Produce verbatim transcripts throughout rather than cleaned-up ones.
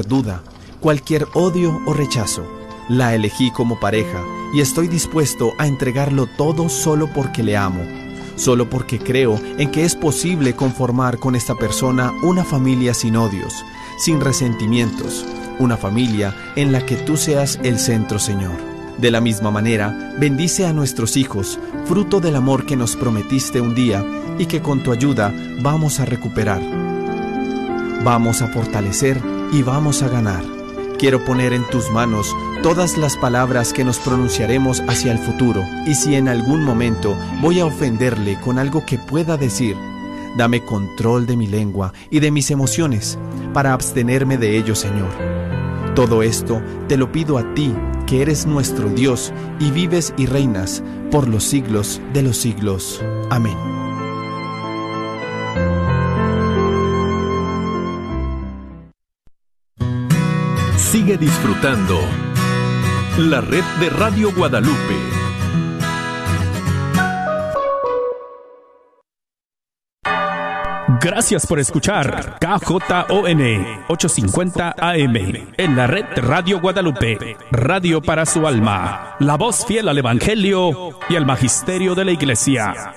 cualquier duda, cualquier odio o rechazo. La elegí como pareja y estoy dispuesto a entregarlo todo solo porque le amo, solo porque creo en que es posible conformar con esta persona una familia sin odios, sin resentimientos, una familia en la que tú seas el centro, Señor. De la misma manera, bendice a nuestros hijos, fruto del amor que nos prometiste un día y que con tu ayuda vamos a recuperar. Vamos a fortalecer y vamos a ganar. Quiero poner en tus manos todas las palabras que nos pronunciaremos hacia el futuro, y si en algún momento voy a ofenderle con algo que pueda decir, dame control de mi lengua y de mis emociones para abstenerme de ello, Señor. Todo esto te lo pido a ti, que eres nuestro Dios y vives y reinas por los siglos de los siglos. Amén. Sigue disfrutando la red de Radio Guadalupe. Gracias por escuchar K J O N ochocientos cincuenta A M en la red de Radio Guadalupe, radio para su alma, la voz fiel al Evangelio y al Magisterio de la Iglesia.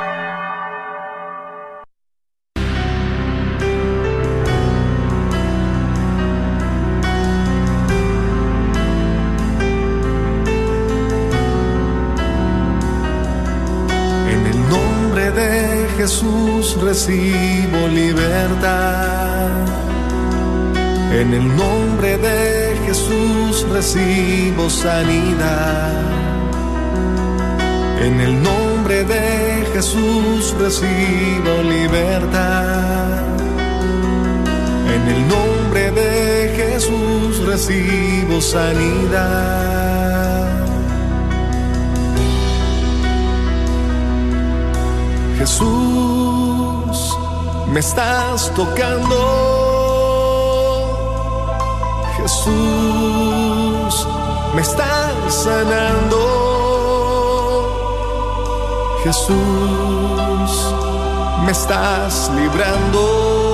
Jesús, recibo libertad. En el nombre de Jesús recibo sanidad. En el nombre de Jesús recibo libertad. En el nombre de Jesús recibo sanidad. Jesús, me estás tocando. Jesús, me estás sanando. Jesús, me estás librando.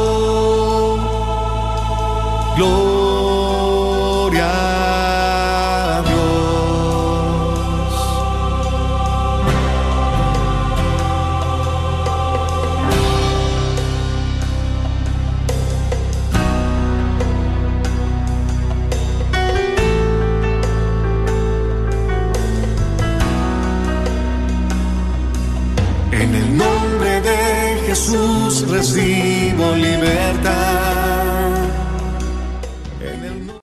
Gloria a Dios. En el nombre de Jesús recibo libertad. En el nombre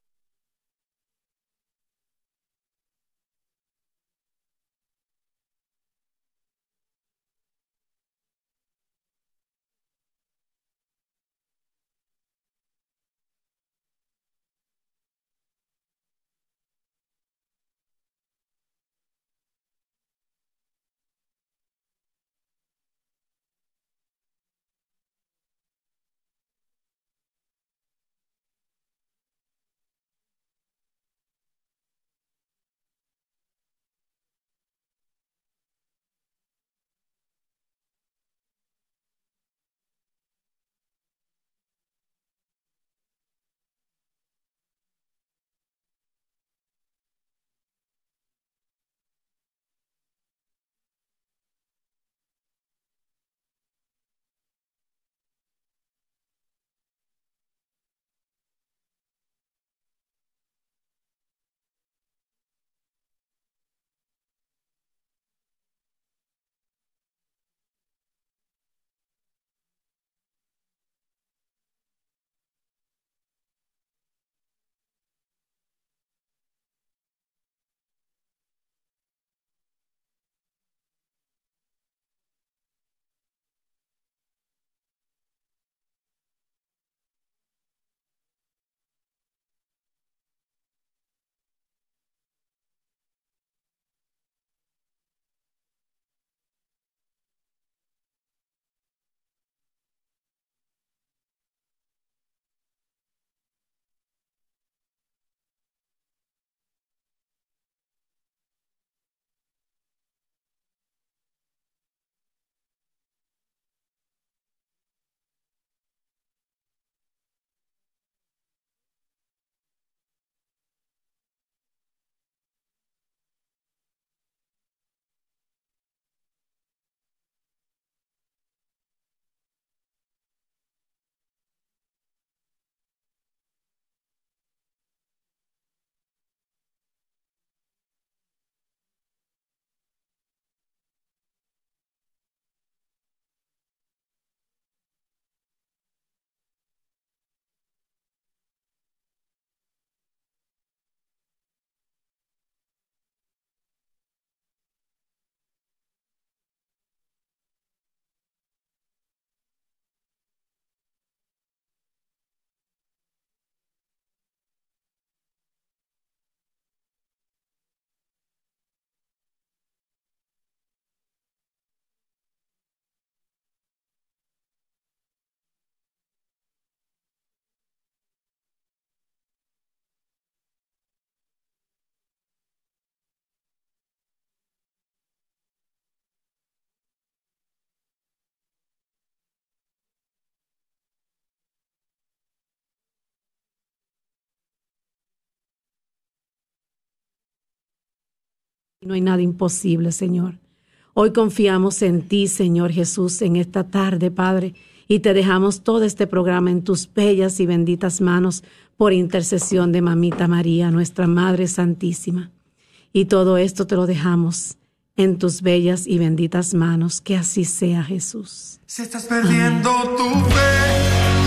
No hay nada imposible, Señor. Hoy confiamos en ti, Señor Jesús, en esta tarde, Padre, y te dejamos todo este programa en tus bellas y benditas manos por intercesión de Mamita María, nuestra Madre Santísima. Y todo esto te lo dejamos en tus bellas y benditas manos. Que así sea, Jesús. Si estás perdiendo Amén. Tu fe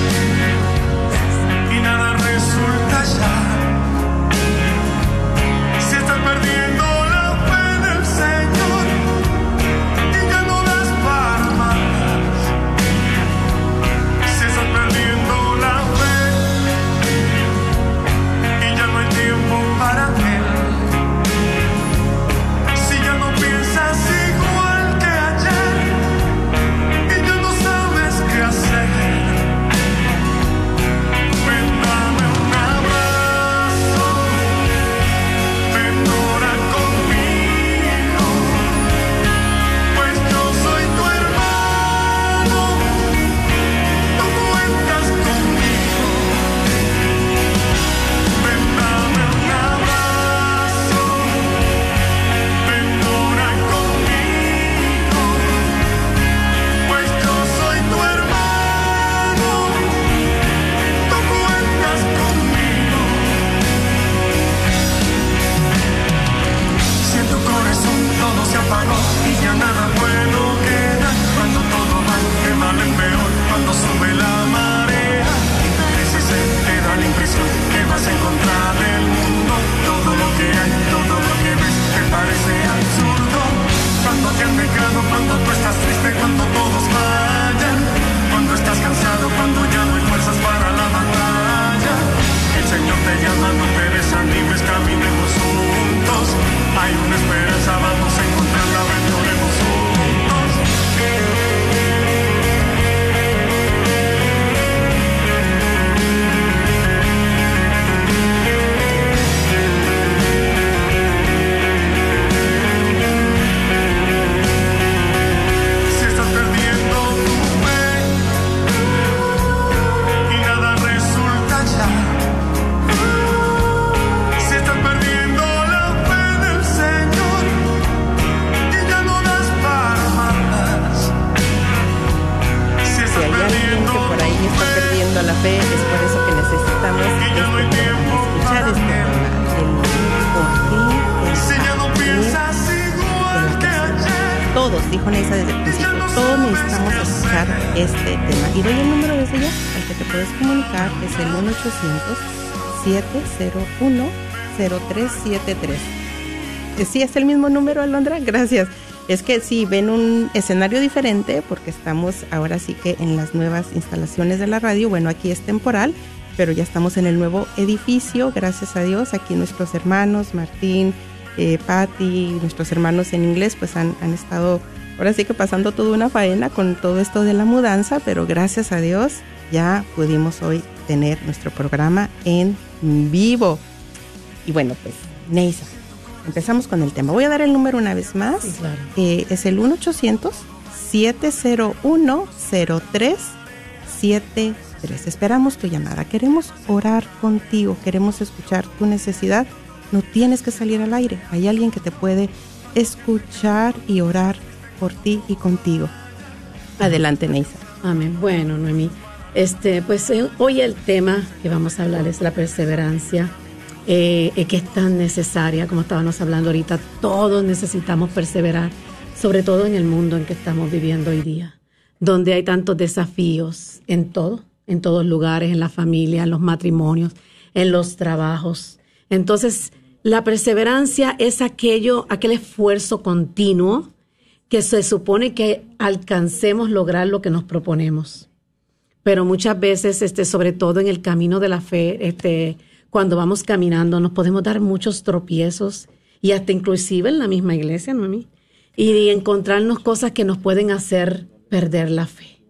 y nada resulta ya. Si estás perdiendo la fe del Señor y ya no das para más. Si estás perdiendo la fe y ya no hay tiempo para Él. Si ya no piensas igual que ayer y ya no sabes qué hacer. Ven, dame un abrazo. Ven, ora conmigo. Pues yo soy tu hermano. Tú cuentas conmigo. Ven, dame un abrazo. Ven, ora conmigo. Pues yo soy tu hermano. Tú cuentas conmigo. Si en tu corazón todo se apagó y ya nada bueno queda, cuando todo va de mal en peor, cuando sube la marea y tu crisis se te da la impresión que vas en contra del mundo, todo lo que hay, todo lo que ves te parece absurdo. Cuando te han dejado, cuando tú estás triste, cuando todos fallan, cuando estás cansado, cuando ya no hay fuerzas para la batalla, el Señor te llama, no te desanimes, caminemos juntos. Hay una esperanza, vamos a encontrarla, ven, oremos juntos. Si estás perdiendo tu fe y nada resulta ya. Si estás perdiendo la fe del Señor y ya no das para más. Si Si estás hay alguien perdiendo que por ahí tu está fe perdiendo la fe, es por eso que necesitamos y ya no hay este tiempo programa, escuchar para este Él. programa, el por qué, el Si ya no para qué, piensas de igual la que persona. ayer. Todos, dijo Neisa desde el principio, todos necesitamos escuchar este tema. Y doy el número desde ya al que te puedes comunicar, es el uno ochocientos, siete cero uno, cero tres siete tres. Sí, es el mismo número, Alondra, gracias. Es que sí, ven un escenario diferente porque estamos ahora sí que en las nuevas instalaciones de la radio. Bueno, aquí es temporal, pero ya estamos en el nuevo edificio, gracias a Dios. Aquí nuestros hermanos, Martín, eh, Patti, nuestros hermanos en inglés, pues han, han estado ahora sí que pasando toda una faena con todo esto de la mudanza, pero gracias a Dios ya pudimos hoy tener nuestro programa en vivo. Y bueno, pues, Neisa, empezamos con el tema. Voy a dar el número una vez más. Sí, claro. Eh, es el uno ochocientos, siete cero uno, cero tres siete tres. Esperamos tu llamada. Queremos orar contigo. Queremos escuchar tu necesidad. No tienes que salir al aire. Hay alguien que te puede escuchar y orar por ti y contigo. Adelante, Neisa. Amén. Bueno, Noemí, este, pues eh, hoy el tema que vamos a hablar es la perseverancia, eh, eh, que es tan necesaria, como estábamos hablando ahorita. Todos necesitamos perseverar, sobre todo en el mundo en que estamos viviendo hoy día, donde hay tantos desafíos en todo, en todos lugares, en la familia, en los matrimonios, en los trabajos. Entonces, la perseverancia es aquello, aquel esfuerzo continuo que se supone que alcancemos lograr lo que nos proponemos. Pero muchas veces, este, sobre todo en el camino de la fe, este, cuando vamos caminando, nos podemos dar muchos tropiezos y hasta inclusive en la misma iglesia, ¿no? Y encontrarnos cosas que nos pueden hacer perder la fe.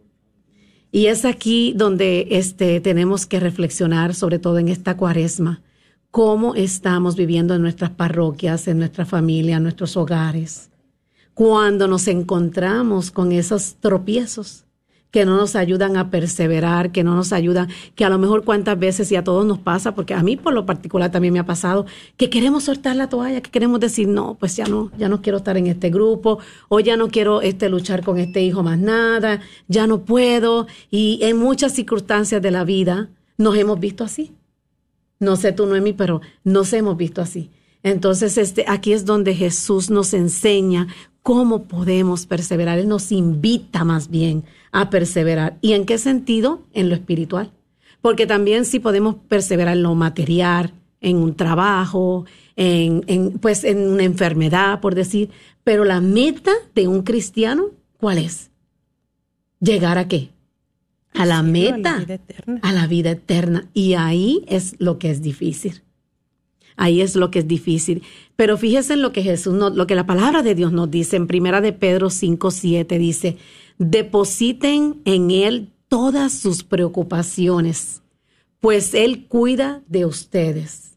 Y es aquí donde este, tenemos que reflexionar, sobre todo en esta cuaresma, cómo estamos viviendo en nuestras parroquias, en nuestra familia, en nuestros hogares, cuando nos encontramos con esos tropiezos que no nos ayudan a perseverar, que no nos ayudan, que a lo mejor cuántas veces, y a todos nos pasa, porque a mí por lo particular también me ha pasado, que queremos soltar la toalla, que queremos decir, no, pues ya no, ya no quiero estar en este grupo, o ya no quiero este, luchar con este hijo más nada, ya no puedo, y en muchas circunstancias de la vida nos hemos visto así. No sé tú, Noemí, pero nos hemos visto así. Entonces, este, aquí es donde Jesús nos enseña cómo podemos perseverar. Él nos invita más bien a perseverar. ¿Y en qué sentido? En lo espiritual. Porque también sí podemos perseverar en lo material, en un trabajo, en, en, pues en una enfermedad, por decir. Pero la meta de un cristiano, ¿cuál es? ¿Llegar a qué? A la meta, a la vida eterna. A la vida eterna. Y ahí es lo que es difícil. Ahí es lo que es difícil. Pero fíjense en lo que Jesús, nos, lo que la palabra de Dios nos dice en Primera de Pedro cinco siete, dice, depositen en Él todas sus preocupaciones, pues Él cuida de ustedes.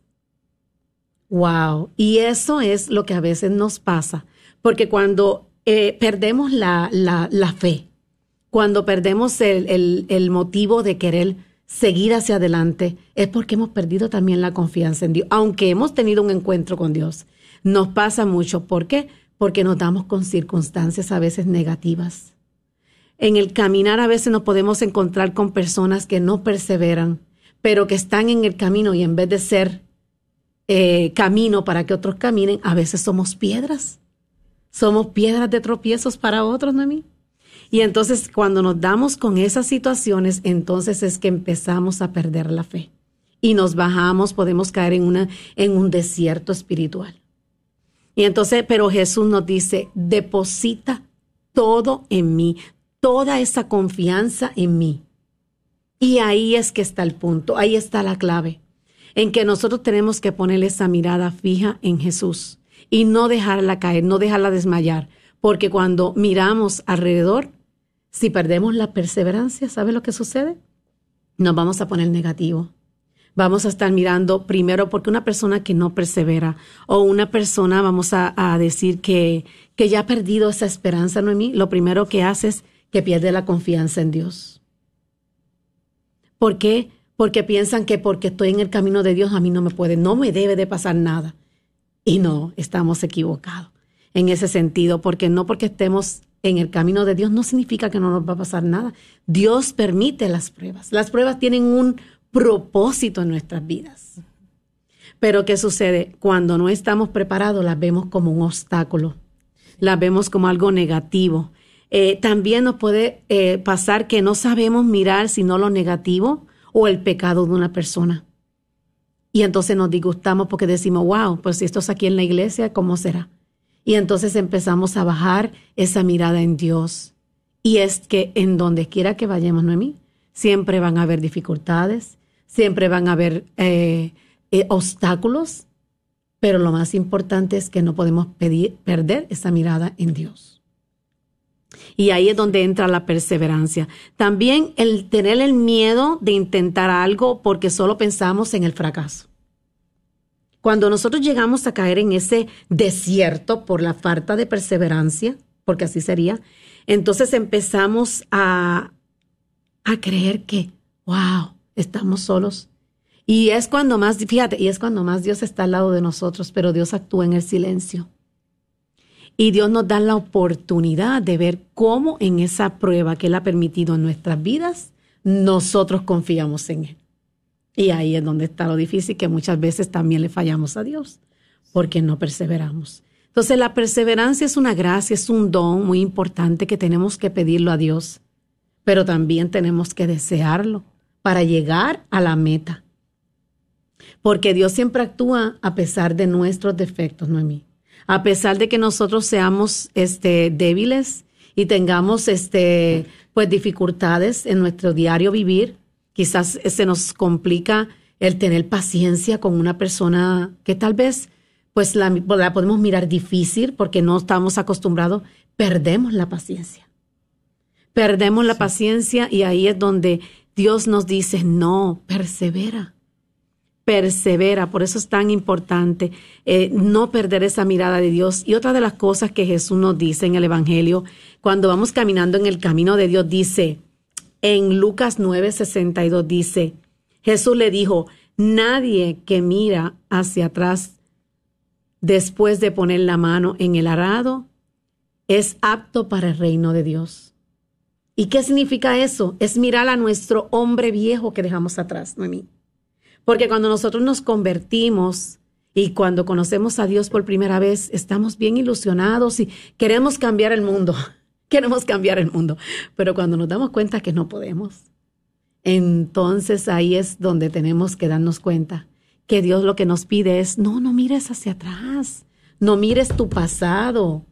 Wow. Y eso es lo que a veces nos pasa, porque cuando eh, perdemos la, la, la fe, cuando perdemos el, el, el motivo de querer seguir hacia adelante, es porque hemos perdido también la confianza en Dios. Aunque hemos tenido un encuentro con Dios, nos pasa mucho. ¿Por qué? Porque nos damos con circunstancias a veces negativas. En el caminar a veces nos podemos encontrar con personas que no perseveran, pero que están en el camino y en vez de ser eh, camino para que otros caminen, a veces somos piedras. Somos piedras de tropiezos para otros, Noemí. Y entonces cuando nos damos con esas situaciones, entonces es que empezamos a perder la fe. Y nos bajamos, podemos caer en, una, en un desierto espiritual. Y entonces, pero Jesús nos dice, deposita todo en mí, toda esa confianza en mí. Y ahí es que está el punto, ahí está la clave, en que nosotros tenemos que poner esa mirada fija en Jesús y no dejarla caer, no dejarla desmayar. Porque cuando miramos alrededor, si perdemos la perseverancia, ¿sabe lo que sucede? Nos vamos a poner negativo. Vamos a estar mirando primero porque una persona que no persevera o una persona, vamos a, a decir que, que ya ha perdido esa esperanza, Noemí, lo primero que hace es que pierde la confianza en Dios. ¿Por qué? Porque piensan que porque estoy en el camino de Dios a mí no me puede, no me debe de pasar nada. Y no, estamos equivocados en ese sentido, porque no porque estemos en el camino de Dios no significa que no nos va a pasar nada. Dios permite las pruebas. Las pruebas tienen un propósito en nuestras vidas. Pero ¿qué sucede? Cuando no estamos preparados, las vemos como un obstáculo. Las vemos como algo negativo. Eh, también nos puede eh, pasar que no sabemos mirar sino lo negativo o el pecado de una persona. Y entonces nos disgustamos porque decimos, wow, pues si esto es aquí en la iglesia, ¿cómo será? Y entonces empezamos a bajar esa mirada en Dios. Y es que en donde quiera que vayamos, Noemí, siempre van a haber dificultades, siempre van a haber eh, eh, obstáculos, pero lo más importante es que no podemos pedir, perder esa mirada en Dios. Y ahí es donde entra la perseverancia. También el tener el miedo de intentar algo porque solo pensamos en el fracaso. Cuando nosotros llegamos a caer en ese desierto por la falta de perseverancia, porque así sería, entonces empezamos a, a creer que, wow, estamos solos. Y es cuando más, fíjate, y es cuando más Dios está al lado de nosotros, pero Dios actúa en el silencio. Y Dios nos da la oportunidad de ver cómo en esa prueba que Él ha permitido en nuestras vidas, nosotros confiamos en Él. Y ahí es donde está lo difícil, que muchas veces también le fallamos a Dios, porque no perseveramos. Entonces la perseverancia es una gracia, es un don muy importante que tenemos que pedirlo a Dios, pero también tenemos que desearlo para llegar a la meta. Porque Dios siempre actúa a pesar de nuestros defectos, Noemí. A pesar de que nosotros seamos este, débiles y tengamos este, pues, dificultades en nuestro diario vivir, quizás se nos complica el tener paciencia con una persona que tal vez pues la, la podemos mirar difícil porque no estamos acostumbrados, perdemos la paciencia. Perdemos la sí. paciencia y ahí es donde Dios nos dice, no, persevera. Persevera, por eso es tan importante eh, no perder esa mirada de Dios. Y otra de las cosas que Jesús nos dice en el Evangelio, cuando vamos caminando en el camino de Dios, dice, En Lucas nueve sesenta y dos dice, Jesús le dijo, nadie que mira hacia atrás después de poner la mano en el arado es apto para el reino de Dios. ¿Y qué significa eso? Es mirar a nuestro hombre viejo que dejamos atrás, Noemí. Porque cuando nosotros nos convertimos y cuando conocemos a Dios por primera vez, estamos bien ilusionados y queremos cambiar el mundo. Queremos cambiar el mundo. Pero cuando nos damos cuenta que no podemos, entonces ahí es donde tenemos que darnos cuenta que Dios lo que nos pide es, no, no mires hacia atrás, no mires tu pasado,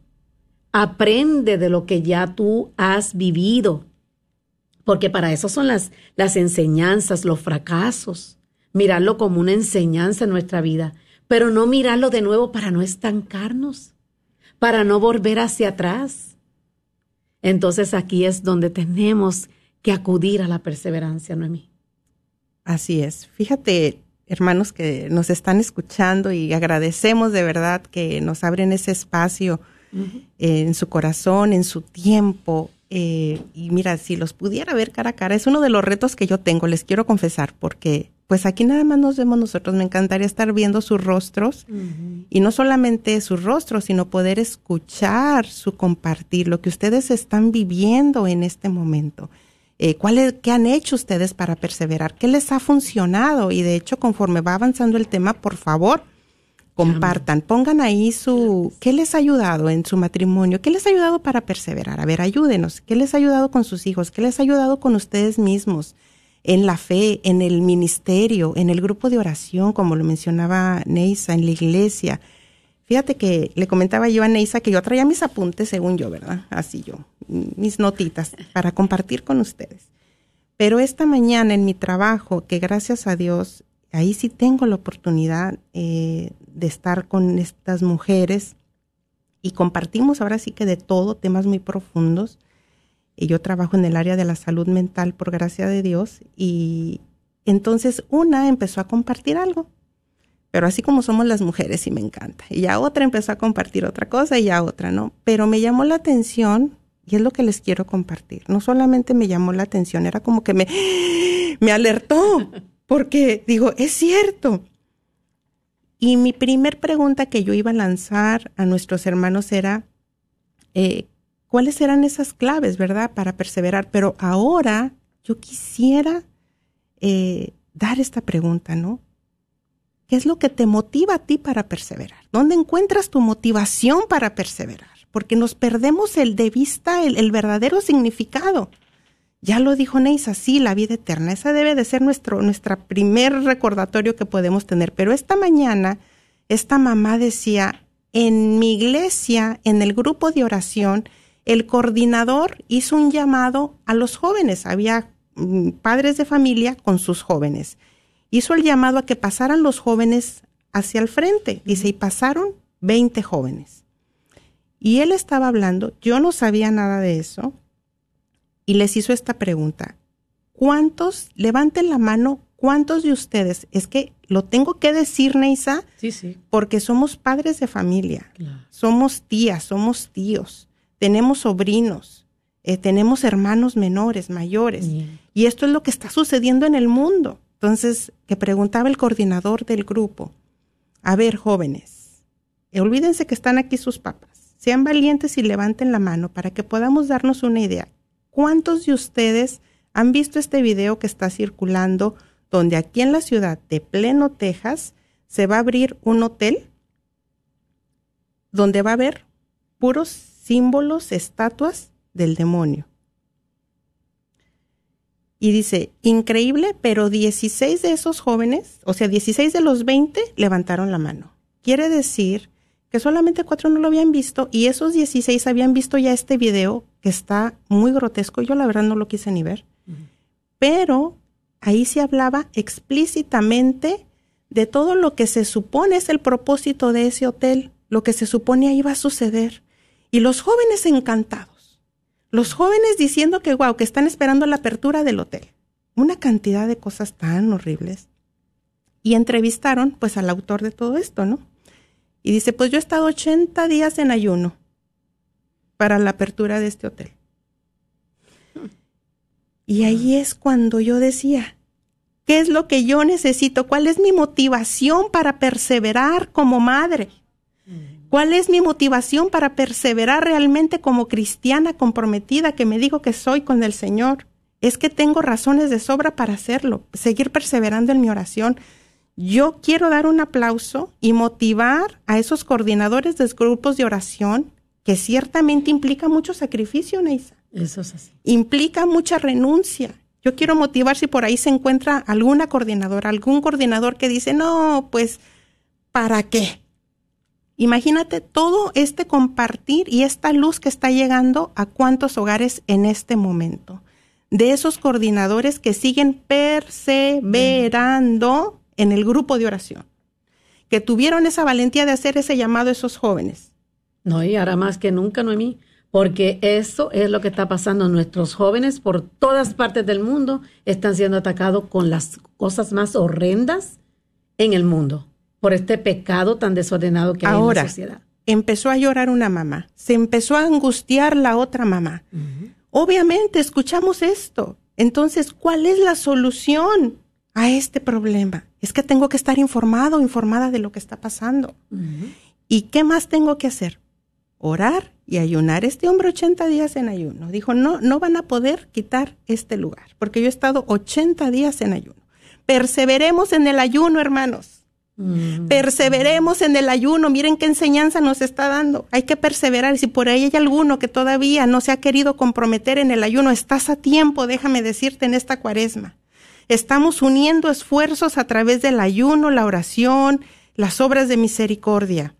aprende de lo que ya tú has vivido, porque para eso son las, las enseñanzas, los fracasos, mirarlo como una enseñanza en nuestra vida, pero no mirarlo de nuevo para no estancarnos, para no volver hacia atrás. Entonces aquí es donde tenemos que acudir a la perseverancia, Noemí. Así es. Fíjate, hermanos que nos están escuchando y agradecemos de verdad que nos abren ese espacio uh-huh. eh, en su corazón, en su tiempo. Eh, y mira, si los pudiera ver cara a cara, es uno de los retos que yo tengo, les quiero confesar, porque pues aquí nada más nos vemos nosotros. Me encantaría estar viendo sus rostros uh-huh. y no solamente sus rostros, sino poder escuchar su compartir, lo que ustedes están viviendo en este momento. Eh, ¿cuál es, ¿Qué han hecho ustedes para perseverar? ¿Qué les ha funcionado? Y de hecho, conforme va avanzando el tema, por favor, compartan, pongan ahí su, ¿qué les ha ayudado en su matrimonio? ¿Qué les ha ayudado para perseverar? A ver, ayúdenos. ¿Qué les ha ayudado con sus hijos? ¿Qué les ha ayudado con ustedes mismos? En la fe, en el ministerio, en el grupo de oración, como lo mencionaba Neisa, en la iglesia. Fíjate que le comentaba yo a Neisa que yo traía mis apuntes, según yo, ¿verdad? Así yo, mis notitas para compartir con ustedes. Pero esta mañana en mi trabajo, que gracias a Dios, ahí sí tengo la oportunidad eh, de estar con estas mujeres y compartimos ahora sí que de todo, temas muy profundos. Y yo trabajo en el área de la salud mental, por gracia de Dios, y entonces una empezó a compartir algo. Pero así como somos las mujeres, y me encanta. Y ya otra empezó a compartir otra cosa y ya otra, ¿no? Pero me llamó la atención y es lo que les quiero compartir. No solamente me llamó la atención, era como que me, me alertó, porque digo, es cierto. Y mi primer pregunta que yo iba a lanzar a nuestros hermanos era, eh, ¿cuáles eran esas claves, verdad, para perseverar? Pero ahora yo quisiera eh, dar esta pregunta, ¿no? ¿Qué es lo que te motiva a ti para perseverar? ¿Dónde encuentras tu motivación para perseverar? Porque nos perdemos el de vista, el, el verdadero significado. Ya lo dijo Neisa, sí, la vida eterna. Esa debe de ser nuestro nuestra primer recordatorio que podemos tener. Pero esta mañana, esta mamá decía, en mi iglesia, en el grupo de oración, el coordinador hizo un llamado a los jóvenes. Había mm, padres de familia con sus jóvenes. Hizo el llamado a que pasaran los jóvenes hacia el frente. Dice, y pasaron veinte jóvenes. Y él estaba hablando, yo no sabía nada de eso, y les hizo esta pregunta. ¿Cuántos, levanten la mano, cuántos de ustedes, es que lo tengo que decir, Neisa, sí, sí. porque somos padres de familia, Claro. somos tías, somos tíos, tenemos sobrinos, eh, tenemos hermanos menores, mayores, Bien. y esto es lo que está sucediendo en el mundo. Entonces, que preguntaba el coordinador del grupo, a ver, jóvenes, eh, olvídense que están aquí sus papás, sean valientes y levanten la mano para que podamos darnos una idea. ¿Cuántos de ustedes han visto este video que está circulando donde aquí en la ciudad de Plano, Texas, se va a abrir un hotel donde va a haber puros símbolos, estatuas del demonio? Y dice, increíble, pero dieciséis de esos jóvenes, o sea, dieciséis de los veinte levantaron la mano. Quiere decir que solamente cuatro no lo habían visto y esos dieciséis habían visto ya este video que está muy grotesco. Yo la verdad no lo quise ni ver. Uh-huh. Pero ahí se hablaba explícitamente de todo lo que se supone es el propósito de ese hotel, lo que se supone ahí va a suceder. Y los jóvenes encantados. Los jóvenes diciendo que, wow, que están esperando la apertura del hotel. Una cantidad de cosas tan horribles. Y entrevistaron, pues, al autor de todo esto, ¿no? Y dice, pues yo he estado ochenta días en ayuno para la apertura de este hotel. Y ahí es cuando yo decía, ¿qué es lo que yo necesito? ¿Cuál es mi motivación para perseverar como madre? ¿Cuál es mi motivación para perseverar realmente como cristiana comprometida que me digo que soy con el Señor? Es que tengo razones de sobra para hacerlo, seguir perseverando en mi oración. Yo quiero dar un aplauso y motivar a esos coordinadores de grupos de oración, que ciertamente implica mucho sacrificio, Neisa. Eso es así. Implica mucha renuncia. Yo quiero motivar si por ahí se encuentra alguna coordinadora, algún coordinador que dice, no, pues, ¿para qué? Imagínate todo este compartir y esta luz que está llegando a cuántos hogares en este momento. De esos coordinadores que siguen perseverando en el grupo de oración. Que tuvieron esa valentía de hacer ese llamado a esos jóvenes. No, y ahora más que nunca, Noemí, porque eso es lo que está pasando. Nuestros jóvenes por todas partes del mundo están siendo atacados con las cosas más horrendas en el mundo. Por este pecado tan desordenado que hay ahora, en la sociedad. Empezó a llorar una mamá, se empezó a angustiar la otra mamá. Uh-huh. Obviamente, escuchamos esto. Entonces, ¿cuál es la solución a este problema? Es que tengo que estar informado o informada de lo que está pasando. Uh-huh. ¿Y qué más tengo que hacer? Orar y ayunar. Este hombre ochenta días en ayuno. Dijo, no, no van a poder quitar este lugar, porque yo he estado ochenta días en ayuno. Perseveremos en el ayuno, hermanos. Perseveremos en el ayuno. Miren qué enseñanza nos está dando. Hay que perseverar. Si por ahí hay alguno que todavía no se ha querido comprometer en el ayuno, estás a tiempo, déjame decirte, en esta cuaresma. Estamos uniendo esfuerzos a través del ayuno, la oración, las obras de misericordia.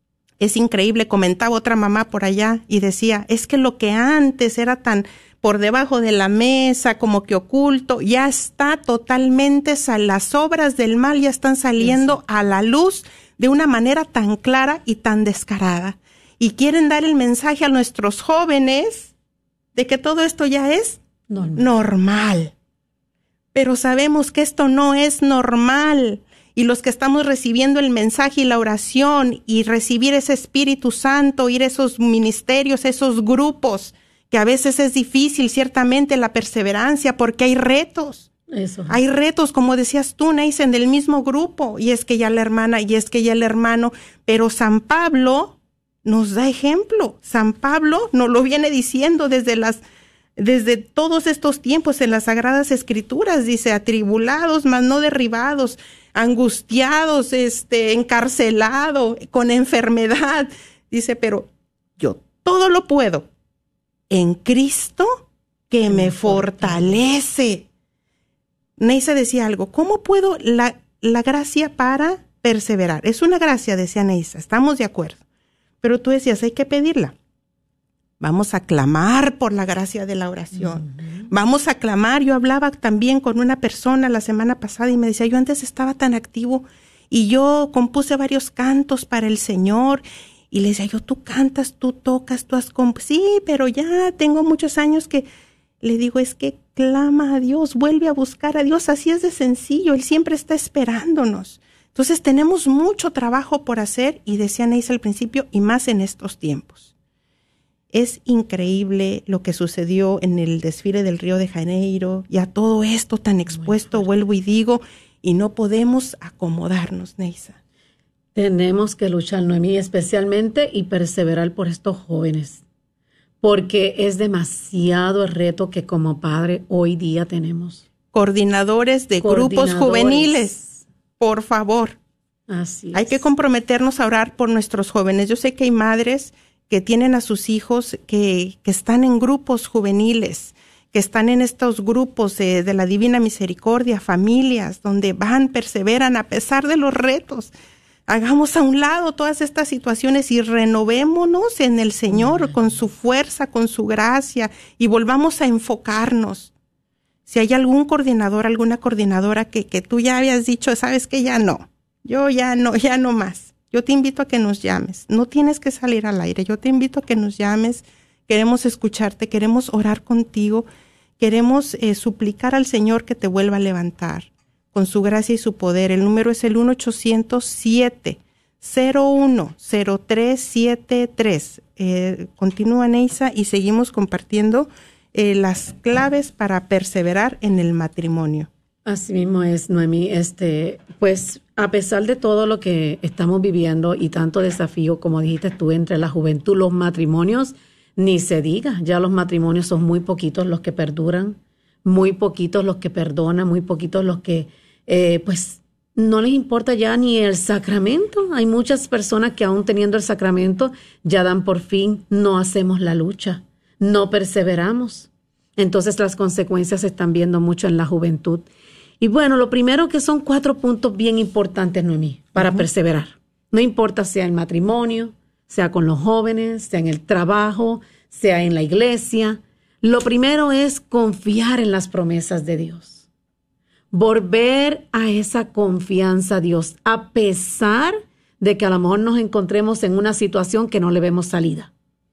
Es increíble, comentaba otra mamá por allá y decía, es que lo que antes era tan por debajo de la mesa, como que oculto, ya está totalmente, las obras del mal ya están saliendo Eso. a la luz de una manera tan clara y tan descarada. Y quieren dar el mensaje a nuestros jóvenes de que todo esto ya es normal. normal. Pero sabemos que esto no es normal. Y los que estamos recibiendo el mensaje y la oración y recibir ese Espíritu Santo, ir a esos ministerios, esos grupos, que a veces es difícil, ciertamente, la perseverancia, porque hay retos. Eso. Hay retos, como decías tú, Neisa, en el mismo grupo, y es que ya la hermana, y es que ya el hermano, pero San Pablo nos da ejemplo. San Pablo nos lo viene diciendo desde las, desde todos estos tiempos en las Sagradas Escrituras, dice, atribulados, mas no derribados, angustiados, este, encarcelado, con enfermedad. Dice, pero yo todo lo puedo en Cristo que me fortalece. Neisa decía algo, ¿cómo puedo la, la gracia para perseverar? Es una gracia, decía Neisa, estamos de acuerdo. Pero tú decías, hay que pedirla. Vamos a clamar por la gracia de la oración. Uh-huh. Vamos a clamar. Yo hablaba también con una persona la semana pasada y me decía, yo antes estaba tan activo y yo compuse varios cantos para el Señor. Y le decía yo, tú cantas, tú tocas, tú has comp... Sí, pero ya tengo muchos años que... Le digo, es que clama a Dios, vuelve a buscar a Dios, así es de sencillo, Él siempre está esperándonos. Entonces tenemos mucho trabajo por hacer, y decía Neisa al principio, y más en estos tiempos. Es increíble lo que sucedió en el desfile del Río de Janeiro, y a todo esto tan expuesto, vuelvo y digo, y no podemos acomodarnos, Neisa. Tenemos que luchar, Noemí, especialmente y perseverar por estos jóvenes, porque es demasiado el reto que como padre hoy día tenemos. Coordinadores de Coordinadores. grupos juveniles, por favor. Así es. Hay que comprometernos a orar por nuestros jóvenes. Yo sé que hay madres que tienen a sus hijos que, que están en grupos juveniles, que están en estos grupos de, de la Divina Misericordia, familias, donde van, perseveran a pesar de los retos. Hagamos a un lado todas estas situaciones y renovémonos en el Señor con su fuerza, con su gracia, y volvamos a enfocarnos. Si hay algún coordinador, alguna coordinadora que, que tú ya habías dicho, sabes que ya no, yo ya no, ya no más. Yo te invito a que nos llames. No tienes que salir al aire. Yo te invito a que nos llames. Queremos escucharte, queremos orar contigo, queremos eh, suplicar al Señor que te vuelva a levantar con su gracia y su poder. El número es el uno ochocientos siete cero uno cero tres siete tres. Eh, continúa Neisa y seguimos compartiendo eh, las claves para perseverar en el matrimonio? Así mismo es, Noemí. Este, pues a pesar de todo lo que estamos viviendo y tanto desafío, como dijiste tú, entre la juventud, los matrimonios, ni se diga, ya los matrimonios son muy poquitos los que perduran, muy poquitos los que perdonan, muy poquitos los que, eh, pues, no les importa ya ni el sacramento. Hay muchas personas que aún teniendo el sacramento ya dan por fin, no hacemos la lucha, no perseveramos. Entonces las consecuencias se están viendo mucho en la juventud. Y bueno, lo primero que son cuatro puntos bien importantes, Noemí, para uh-huh. perseverar. No importa sea el matrimonio, sea con los jóvenes, sea en el trabajo, sea en la iglesia. Lo primero es confiar en las promesas de Dios. Volver a esa confianza a Dios, a pesar de que a lo mejor nos encontremos en una situación que no le vemos salida.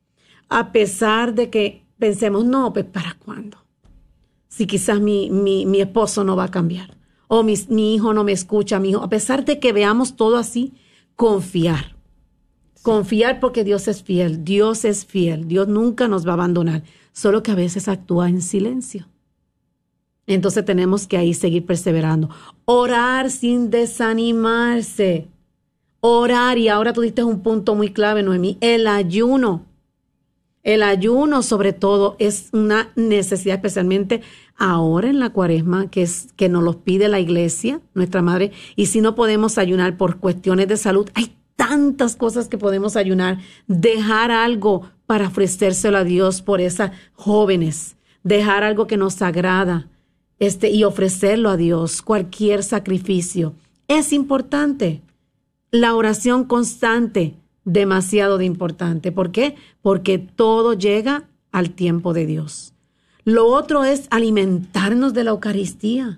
A pesar de que pensemos, no, pues ¿para cuándo? Si quizás mi, mi, mi esposo no va a cambiar, o mi, mi hijo no me escucha, mi hijo, a pesar de que veamos todo así, confiar. Sí. Confiar porque Dios es fiel, Dios es fiel, Dios nunca nos va a abandonar, solo que a veces actúa en silencio. Entonces tenemos que ahí seguir perseverando. Orar sin desanimarse. Orar, y ahora tú diste un punto muy clave, Noemí, el ayuno. El ayuno, sobre todo, es una necesidad, especialmente ahora en la Cuaresma, que es que nos los pide la Iglesia, nuestra Madre. Y si no podemos ayunar por cuestiones de salud, hay tantas cosas que podemos ayunar. Dejar algo para ofrecérselo a Dios por esas jóvenes. Dejar algo que nos agrada este, y ofrecerlo a Dios. Cualquier sacrificio es importante. La oración constante. Demasiado de importante. ¿Por qué? Porque todo llega al tiempo de Dios. Lo otro es alimentarnos de la Eucaristía.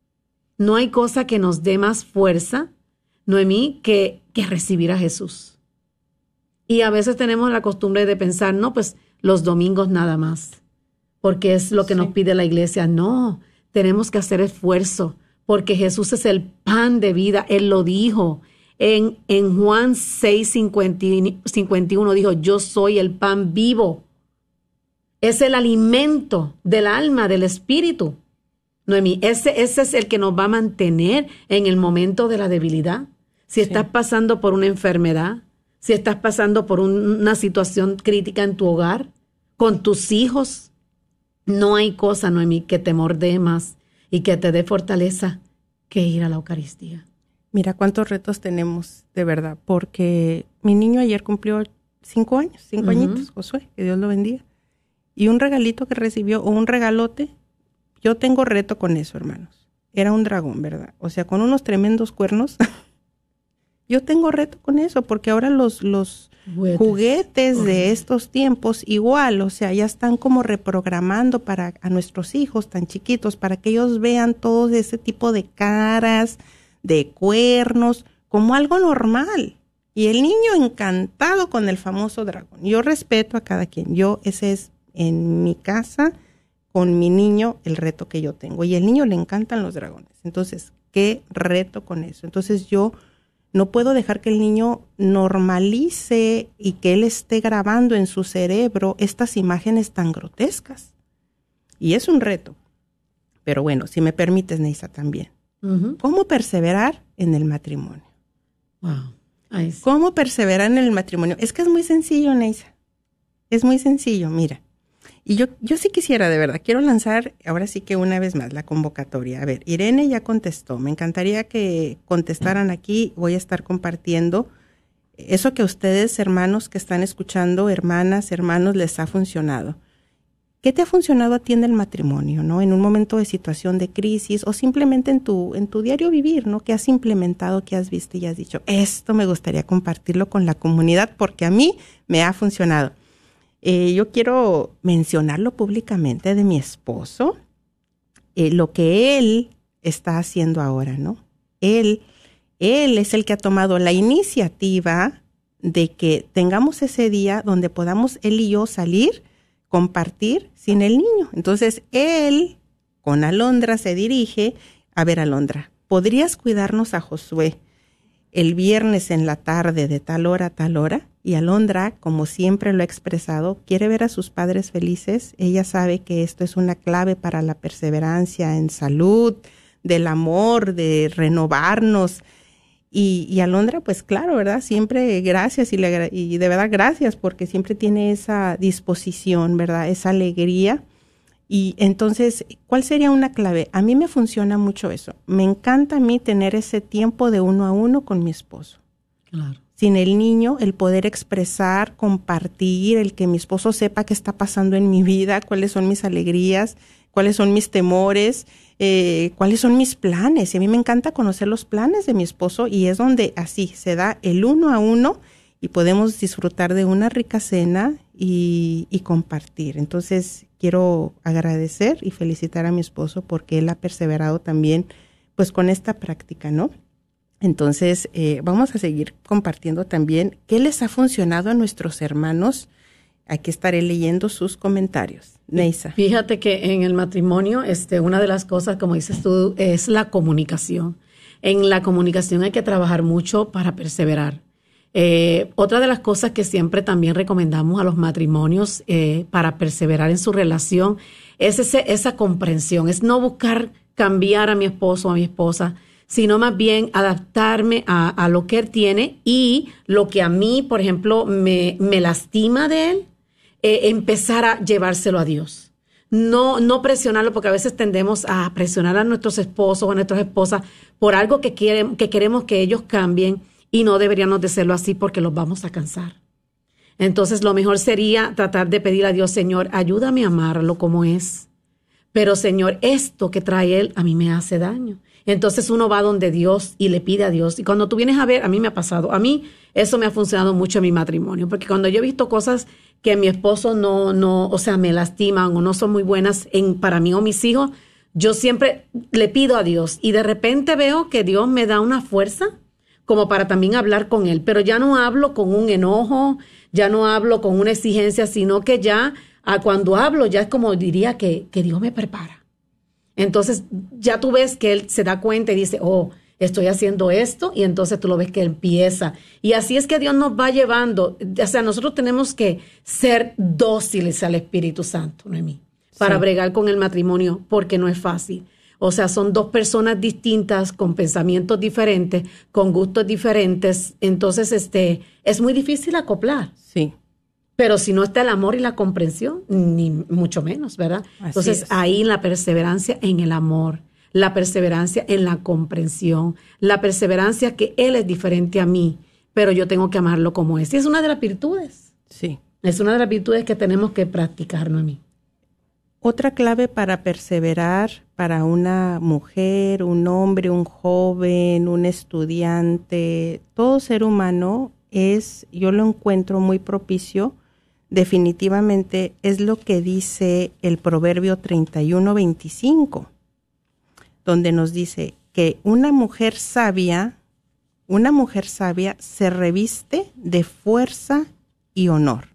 No hay cosa que nos dé más fuerza, Noemí, que, que recibir a Jesús. Y a veces tenemos la costumbre de pensar, no, pues los domingos nada más, porque es lo que sí. nos pide la iglesia. No, tenemos que hacer esfuerzo, porque Jesús es el pan de vida. Él lo dijo. En, en Juan seis, cincuenta y uno dijo, yo soy el pan vivo. Es el alimento del alma, del espíritu. Noemí, ese, ese es el que nos va a mantener en el momento de la debilidad. Si sí. estás pasando por una enfermedad, si estás pasando por un, una situación crítica en tu hogar, con tus hijos, no hay cosa, Noemí, que te mordee más y que te dé fortaleza que ir a la Eucaristía. Mira cuántos retos tenemos, de verdad, porque mi niño ayer cumplió cinco años, cinco uh-huh. añitos, Josué, que Dios lo bendiga. Y un regalito que recibió, o un regalote, yo tengo reto con eso, hermanos. Era un dragón, ¿verdad? O sea, con unos tremendos cuernos. Yo tengo reto con eso, porque ahora los, los juguetes, juguetes uh-huh. de estos tiempos, igual, o sea, ya están como reprogramando para a nuestros hijos tan chiquitos, para que ellos vean todo ese tipo de caras, de cuernos, como algo normal. Y el niño encantado con el famoso dragón. Yo respeto a cada quien. Yo, ese es en mi casa, con mi niño, el reto que yo tengo. Y al niño le encantan los dragones. Entonces, ¿qué reto con eso? Entonces, yo no puedo dejar que el niño normalice y que él esté grabando en su cerebro estas imágenes tan grotescas. Y es un reto. Pero bueno, si me permites, Neisa, también. Uh-huh. ¿Cómo perseverar en el matrimonio? Wow. Ahí sí. ¿Cómo perseverar en el matrimonio? Es que es muy sencillo, Neisa. Es muy sencillo, mira. Y yo, yo sí quisiera, de verdad, quiero lanzar, ahora sí que una vez más, la convocatoria. A ver, Irene ya contestó. Me encantaría que contestaran aquí. Voy a estar compartiendo eso que a ustedes, hermanos que están escuchando, hermanas, hermanos, les ha funcionado. ¿Qué te ha funcionado a ti en el matrimonio, no? En un momento de situación de crisis o simplemente en tu en tu diario vivir, ¿no? ¿Qué has implementado, qué has visto y has dicho? Esto me gustaría compartirlo con la comunidad porque a mí me ha funcionado. Eh, yo quiero mencionarlo públicamente de mi esposo, eh, lo que él está haciendo ahora, ¿no? Él, él es el que ha tomado la iniciativa de que tengamos ese día donde podamos él y yo salir, compartir sin el niño. Entonces, él con Alondra se dirige, a ver, Alondra, ¿podrías cuidarnos a Josué el viernes en la tarde de tal hora a tal hora? Y Alondra, como siempre lo ha expresado, quiere ver a sus padres felices. Ella sabe que esto es una clave para la perseverancia en salud, del amor, de renovarnos. Y, y Alondra, pues claro, ¿verdad? Siempre gracias y, le, y de verdad gracias porque siempre tiene esa disposición, ¿verdad? Esa alegría. Y entonces, ¿cuál sería una clave? A mí me funciona mucho eso. Me encanta a mí tener ese tiempo de uno a uno con mi esposo. Claro. Sin el niño, el poder expresar, compartir, el que mi esposo sepa qué está pasando en mi vida, cuáles son mis alegrías, cuáles son mis temores, eh, cuáles son mis planes. Y a mí me encanta conocer los planes de mi esposo y es donde así se da el uno a uno y podemos disfrutar de una rica cena y, y compartir. Entonces, quiero agradecer y felicitar a mi esposo porque él ha perseverado también pues con esta práctica, ¿no? Entonces, eh, vamos a seguir compartiendo también qué les ha funcionado a nuestros hermanos. Aquí estaré leyendo sus comentarios. Neisa. Fíjate que en el matrimonio, este, una de las cosas, como dices tú, es la comunicación. En la comunicación hay que trabajar mucho para perseverar. Eh, otra de las cosas que siempre también recomendamos a los matrimonios eh, para perseverar en su relación es ese, esa comprensión, es no buscar cambiar a mi esposo o a mi esposa, sino más bien adaptarme a, a lo que él tiene y lo que a mí, por ejemplo, me, me lastima de él, eh, empezar a llevárselo a Dios. No, no presionarlo, porque a veces tendemos a presionar a nuestros esposos o a nuestras esposas por algo que, quieren, que queremos que ellos cambien y no deberíamos de hacerlo así porque los vamos a cansar. Entonces, lo mejor sería tratar de pedir a Dios, Señor, ayúdame a amarlo como es. Pero, Señor, esto que trae él a mí me hace daño. Entonces uno va donde Dios y le pide a Dios. Y cuando tú vienes a ver, a mí me ha pasado, a mí eso me ha funcionado mucho en mi matrimonio, porque cuando yo he visto cosas que mi esposo no, no, o sea, me lastiman o no son muy buenas en, para mí o mis hijos, yo siempre le pido a Dios y de repente veo que Dios me da una fuerza como para también hablar con él, pero ya no hablo con un enojo, ya no hablo con una exigencia, sino que ya a cuando hablo ya es como diría que, que Dios me prepara. Entonces ya tú ves que él se da cuenta y dice, oh, estoy haciendo esto, y entonces tú lo ves que empieza. Y así es que Dios nos va llevando. O sea, nosotros tenemos que ser dóciles al Espíritu Santo, Noemí, para sí. bregar con el matrimonio, porque no es fácil. O sea, son dos personas distintas, con pensamientos diferentes, con gustos diferentes. Entonces, este, es muy difícil acoplar. Sí. Pero si no está el amor y la comprensión, ni mucho menos, ¿verdad? Así Entonces, es. Ahí la perseverancia en el amor, la perseverancia en la comprensión, la perseverancia que él es diferente a mí, pero yo tengo que amarlo como es. Y es una de las virtudes. Sí. Es una de las virtudes que tenemos que practicar, Noemí. Otra clave para perseverar para una mujer, un hombre, un joven, un estudiante, todo ser humano es, yo lo encuentro muy propicio. Definitivamente es lo que dice el Proverbio treinta y uno veinticinco, donde nos dice que una mujer sabia, una mujer sabia se reviste de fuerza y honor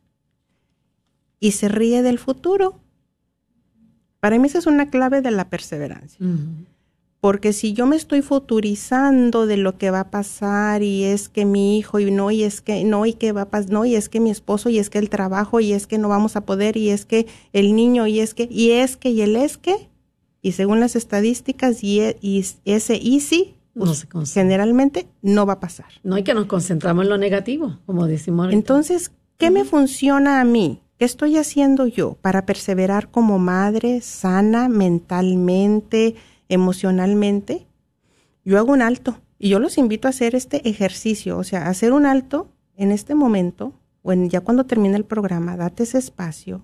y se ríe del futuro. Para mí esa es una clave de la perseverancia. Uh-huh. Porque si yo me estoy futurizando de lo que va a pasar y es que mi hijo y no y es que no y que va a pasar, no y es que mi esposo y es que el trabajo y es que no vamos a poder y es que el niño y es que y es que y el es que y según las estadísticas y, y ese y sí pues, no generalmente no va a pasar. No hay que nos concentramos en lo negativo, como decimos ahorita. Entonces, ¿qué uh-huh. me funciona a mí? ¿Qué estoy haciendo yo para perseverar como madre sana mentalmente, emocionalmente? Yo hago un alto y yo los invito a hacer este ejercicio, o sea, hacer un alto en este momento o en, ya cuando termine el programa, date ese espacio,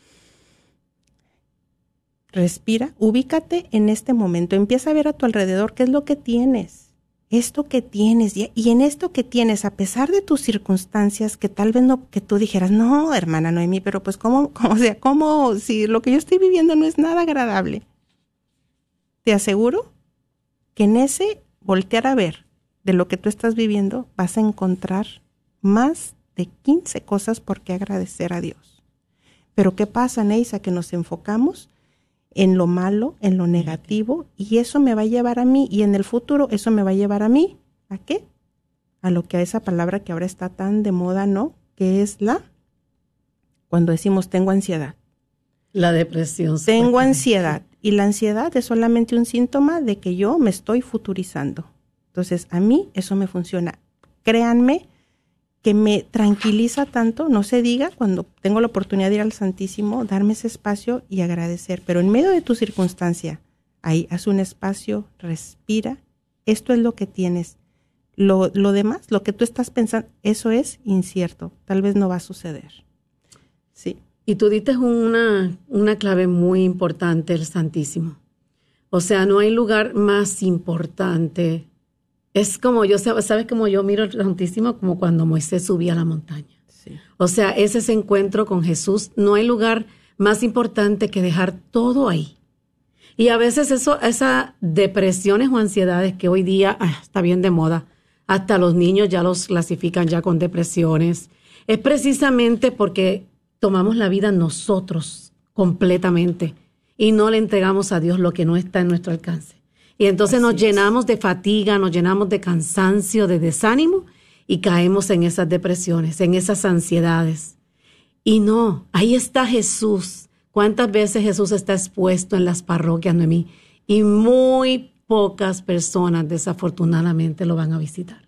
respira, ubícate en este momento, empieza a ver a tu alrededor qué es lo que tienes, esto que tienes y, y en esto que tienes, a pesar de tus circunstancias que tal vez no, que tú dijeras, no, hermana Noemí, pero pues cómo, cómo o sea, cómo si lo que yo estoy viviendo no es nada agradable. Te aseguro que en ese voltear a ver de lo que tú estás viviendo vas a encontrar más de quince cosas por qué agradecer a Dios. Pero ¿qué pasa, Neisa? Que nos enfocamos en lo malo, en lo negativo, y eso me va a llevar a mí, y en el futuro eso me va a llevar a mí. ¿A qué? A lo que a esa palabra que ahora está tan de moda, ¿no? que es la, cuando decimos tengo ansiedad. La depresión. Tengo ansiedad. Y la ansiedad es solamente un síntoma de que yo me estoy futurizando. Entonces, a mí eso me funciona. Créanme que me tranquiliza tanto, no se diga, cuando tengo la oportunidad de ir al Santísimo, darme ese espacio y agradecer. Pero en medio de tu circunstancia, ahí haz un espacio, respira. Esto es lo que tienes. Lo, lo demás, lo que tú estás pensando, eso es incierto. Tal vez no va a suceder. Sí. Y tú diste una, una clave muy importante, el Santísimo. O sea, no hay lugar más importante. Es como yo, ¿sabes cómo yo miro el Santísimo? Como cuando Moisés subía a la montaña. Sí. O sea, es ese encuentro con Jesús. No hay lugar más importante que dejar todo ahí. Y a veces eso, esas depresiones o ansiedades que hoy día ah, está bien de moda, hasta los niños ya los clasifican ya con depresiones, es precisamente porque tomamos la vida nosotros completamente y no le entregamos a Dios lo que no está en nuestro alcance. Y entonces Así nos es. llenamos de fatiga, nos llenamos de cansancio, de desánimo y caemos en esas depresiones, en esas ansiedades. Y no, ahí está Jesús. ¿Cuántas veces Jesús está expuesto en las parroquias, Noemí? Y muy pocas personas desafortunadamente lo van a visitar.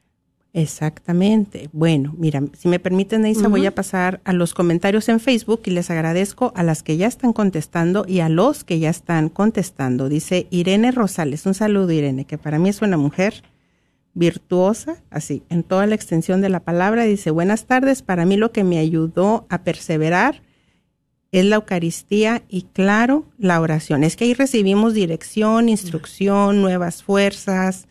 Exactamente. Bueno, mira, si me permiten, Neisa, uh-huh. voy a pasar a los comentarios en Facebook y les agradezco a las que ya están contestando y a los que ya están contestando. Dice Irene Rosales, un saludo Irene, que para mí es una mujer virtuosa, así, en toda la extensión de la palabra. Dice, buenas tardes, para mí lo que me ayudó a perseverar es la Eucaristía y, claro, la oración. Es que ahí recibimos dirección, instrucción, nuevas fuerzas.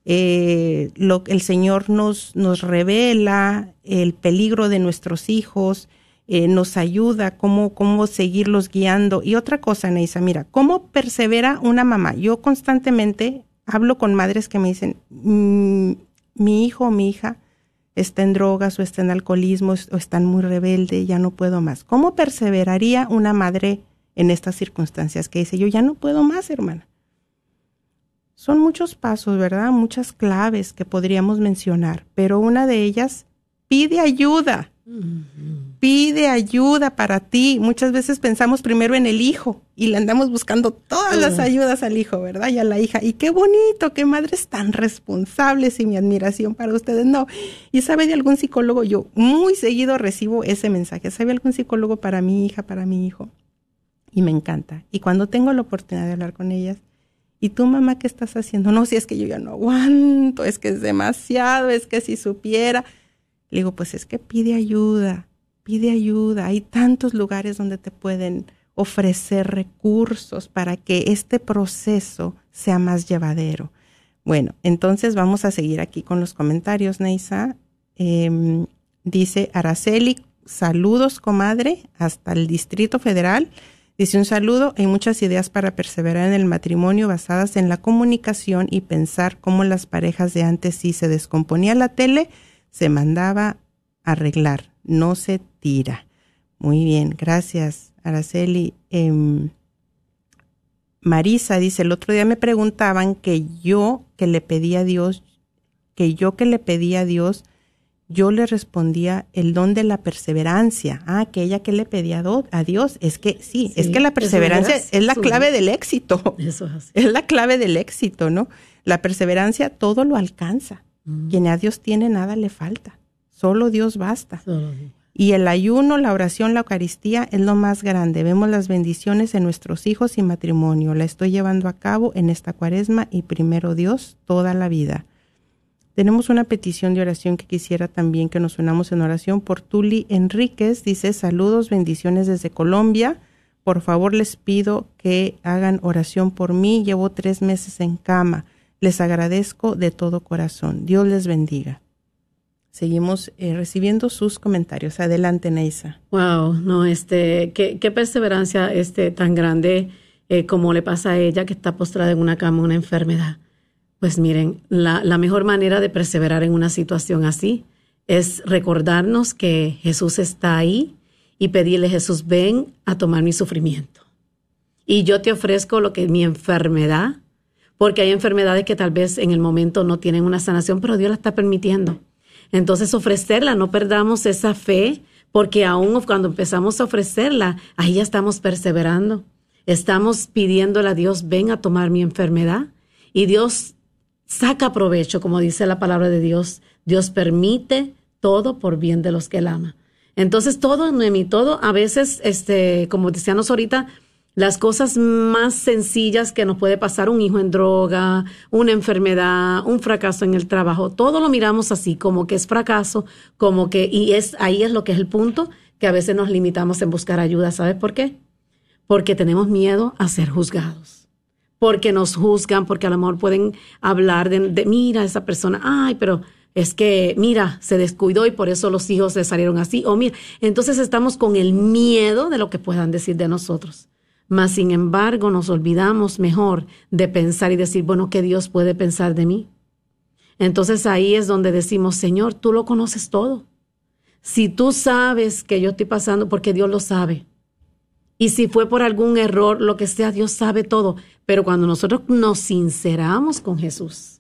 Eh, lo, el Señor nos, nos revela el peligro de nuestros hijos, eh, nos ayuda cómo, cómo seguirlos guiando. Y otra cosa, Neisa, mira, ¿cómo persevera una mamá? Yo constantemente hablo con madres que me dicen, mmm, mi hijo o mi hija está en drogas o está en alcoholismo o están muy rebelde, ya no puedo más. ¿Cómo perseveraría una madre en estas circunstancias que dice, yo ya no puedo más, hermana? Son muchos pasos, ¿verdad? Muchas claves que podríamos mencionar, pero una de ellas, pide ayuda. Uh-huh. Pide ayuda para ti. Muchas veces pensamos primero en el hijo y le andamos buscando todas uh-huh. las ayudas al hijo, ¿verdad? Y a la hija. Y qué bonito, qué madres tan responsables y mi admiración para ustedes. No. ¿Y sabe de algún psicólogo? Yo muy seguido recibo ese mensaje. ¿Sabe algún psicólogo para mi hija, para mi hijo? Y me encanta. Y cuando tengo la oportunidad de hablar con ellas, ¿y tú, mamá, qué estás haciendo? No, si es que yo ya no aguanto, es que es demasiado, es que si supiera. Le digo, pues es que pide ayuda, pide ayuda. Hay tantos lugares donde te pueden ofrecer recursos para que este proceso sea más llevadero. Bueno, entonces vamos a seguir aquí con los comentarios, Neisa. Eh, dice Araceli, saludos, comadre, hasta el Distrito Federal. Dice un saludo, hay muchas ideas para perseverar en el matrimonio basadas en la comunicación y pensar cómo las parejas de antes, si se descomponía la tele, se mandaba a arreglar, no se tira. Muy bien, gracias, Araceli. Eh, Marisa dice, el otro día me preguntaban que yo que le pedía a Dios, que yo que le pedía a Dios, yo le respondía el don de la perseverancia. Ah, que ella que le pedía a Dios. Es que sí, sí es que la perseverancia es, es la clave del éxito. Eso es así. Es la clave del éxito, ¿no? La perseverancia todo lo alcanza. Mm. Quien a Dios tiene, nada le falta. Solo Dios basta. Solo Dios. Y el ayuno, la oración, la Eucaristía es lo más grande. Vemos las bendiciones en nuestros hijos y matrimonio. La estoy llevando a cabo en esta cuaresma y primero Dios toda la vida. Tenemos una petición de oración que quisiera también que nos unamos en oración por Tuli Enríquez. Dice, saludos, bendiciones desde Colombia. Por favor, les pido que hagan oración por mí. Llevo tres meses en cama. Les agradezco de todo corazón. Dios les bendiga. Seguimos eh, recibiendo sus comentarios. Adelante, Neisa. Wow, no, este, qué, qué perseverancia este, tan grande eh, como le pasa a ella que está postrada en una cama, una enfermedad. Pues miren, la, la mejor manera de perseverar en una situación así es recordarnos que Jesús está ahí y pedirle, Jesús, ven a tomar mi sufrimiento. Y yo te ofrezco lo que es mi enfermedad, porque hay enfermedades que tal vez en el momento no tienen una sanación, pero Dios la está permitiendo. Entonces ofrecerla, no perdamos esa fe, porque aún cuando empezamos a ofrecerla, ahí ya estamos perseverando. Estamos pidiéndole a Dios, ven a tomar mi enfermedad. Y Dios saca provecho, como dice la palabra de Dios. Dios permite todo por bien de los que Él ama. Entonces todo, Noemí, todo a veces, este, como decíamos ahorita, las cosas más sencillas que nos puede pasar, un hijo en droga, una enfermedad, un fracaso en el trabajo, todo lo miramos así, como que es fracaso, como que, y es ahí es lo que es el punto, que a veces nos limitamos en buscar ayuda. ¿Sabes por qué? Porque tenemos miedo a ser juzgados, porque nos juzgan, porque a lo mejor pueden hablar de, de mira, esa persona, ay, pero es que, mira, se descuidó y por eso los hijos le salieron así, o mira, entonces estamos con el miedo de lo que puedan decir de nosotros. Mas, sin embargo, nos olvidamos mejor de pensar y decir, bueno, ¿qué Dios puede pensar de mí? Entonces ahí es donde decimos, Señor, tú lo conoces todo. Si tú sabes que yo estoy pasando, porque Dios lo sabe. Y si fue por algún error, lo que sea, Dios sabe todo. Pero cuando nosotros nos sinceramos con Jesús,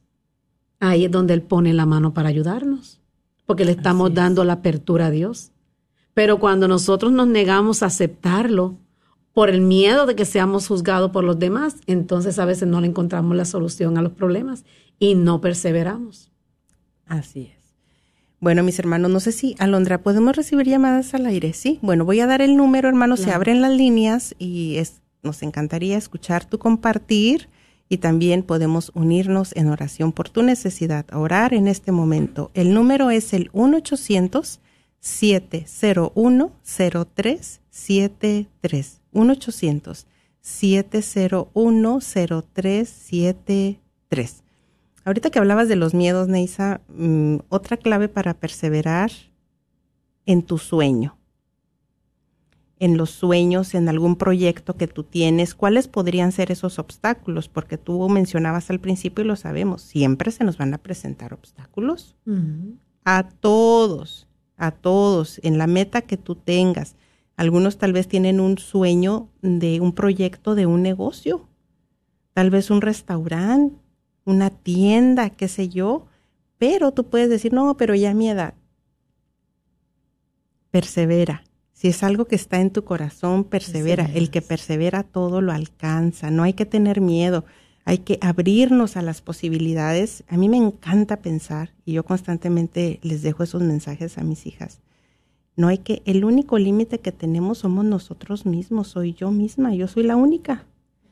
ahí es donde Él pone la mano para ayudarnos, porque le estamos dando la apertura a Dios. Pero cuando nosotros nos negamos a aceptarlo por el miedo de que seamos juzgados por los demás, entonces a veces no le encontramos la solución a los problemas y no perseveramos. Así es. Bueno, mis hermanos, no sé si, Alondra, ¿podemos recibir llamadas al aire? Sí. Bueno, voy a dar el número, hermanos, claro. Se abren las líneas y es, nos encantaría escuchar tu compartir. Y también podemos unirnos en oración por tu necesidad, a orar en este momento. El número es el uno ochocientos, siete cero uno, cero tres siete tres. uno ochocientos, siete cero uno, cero tres siete tres. Ahorita que hablabas de los miedos, Neisa, mmm, otra clave para perseverar en tu sueño. En los sueños, en algún proyecto que tú tienes, ¿cuáles podrían ser esos obstáculos? Porque tú mencionabas al principio y lo sabemos, siempre se nos van a presentar obstáculos. Uh-huh. A todos, a todos, en la meta que tú tengas. Algunos tal vez tienen un sueño de un proyecto de un negocio, tal vez un restaurante, una tienda, qué sé yo, pero tú puedes decir, no, pero ya a mi edad. Persevera. Si es algo que está en tu corazón, persevera. Sí, el que persevera todo lo alcanza. No hay que tener miedo. Hay que abrirnos a las posibilidades. A mí me encanta pensar, y yo constantemente les dejo esos mensajes a mis hijas. No hay que, el único límite que tenemos somos nosotros mismos. Soy yo misma, yo soy la única.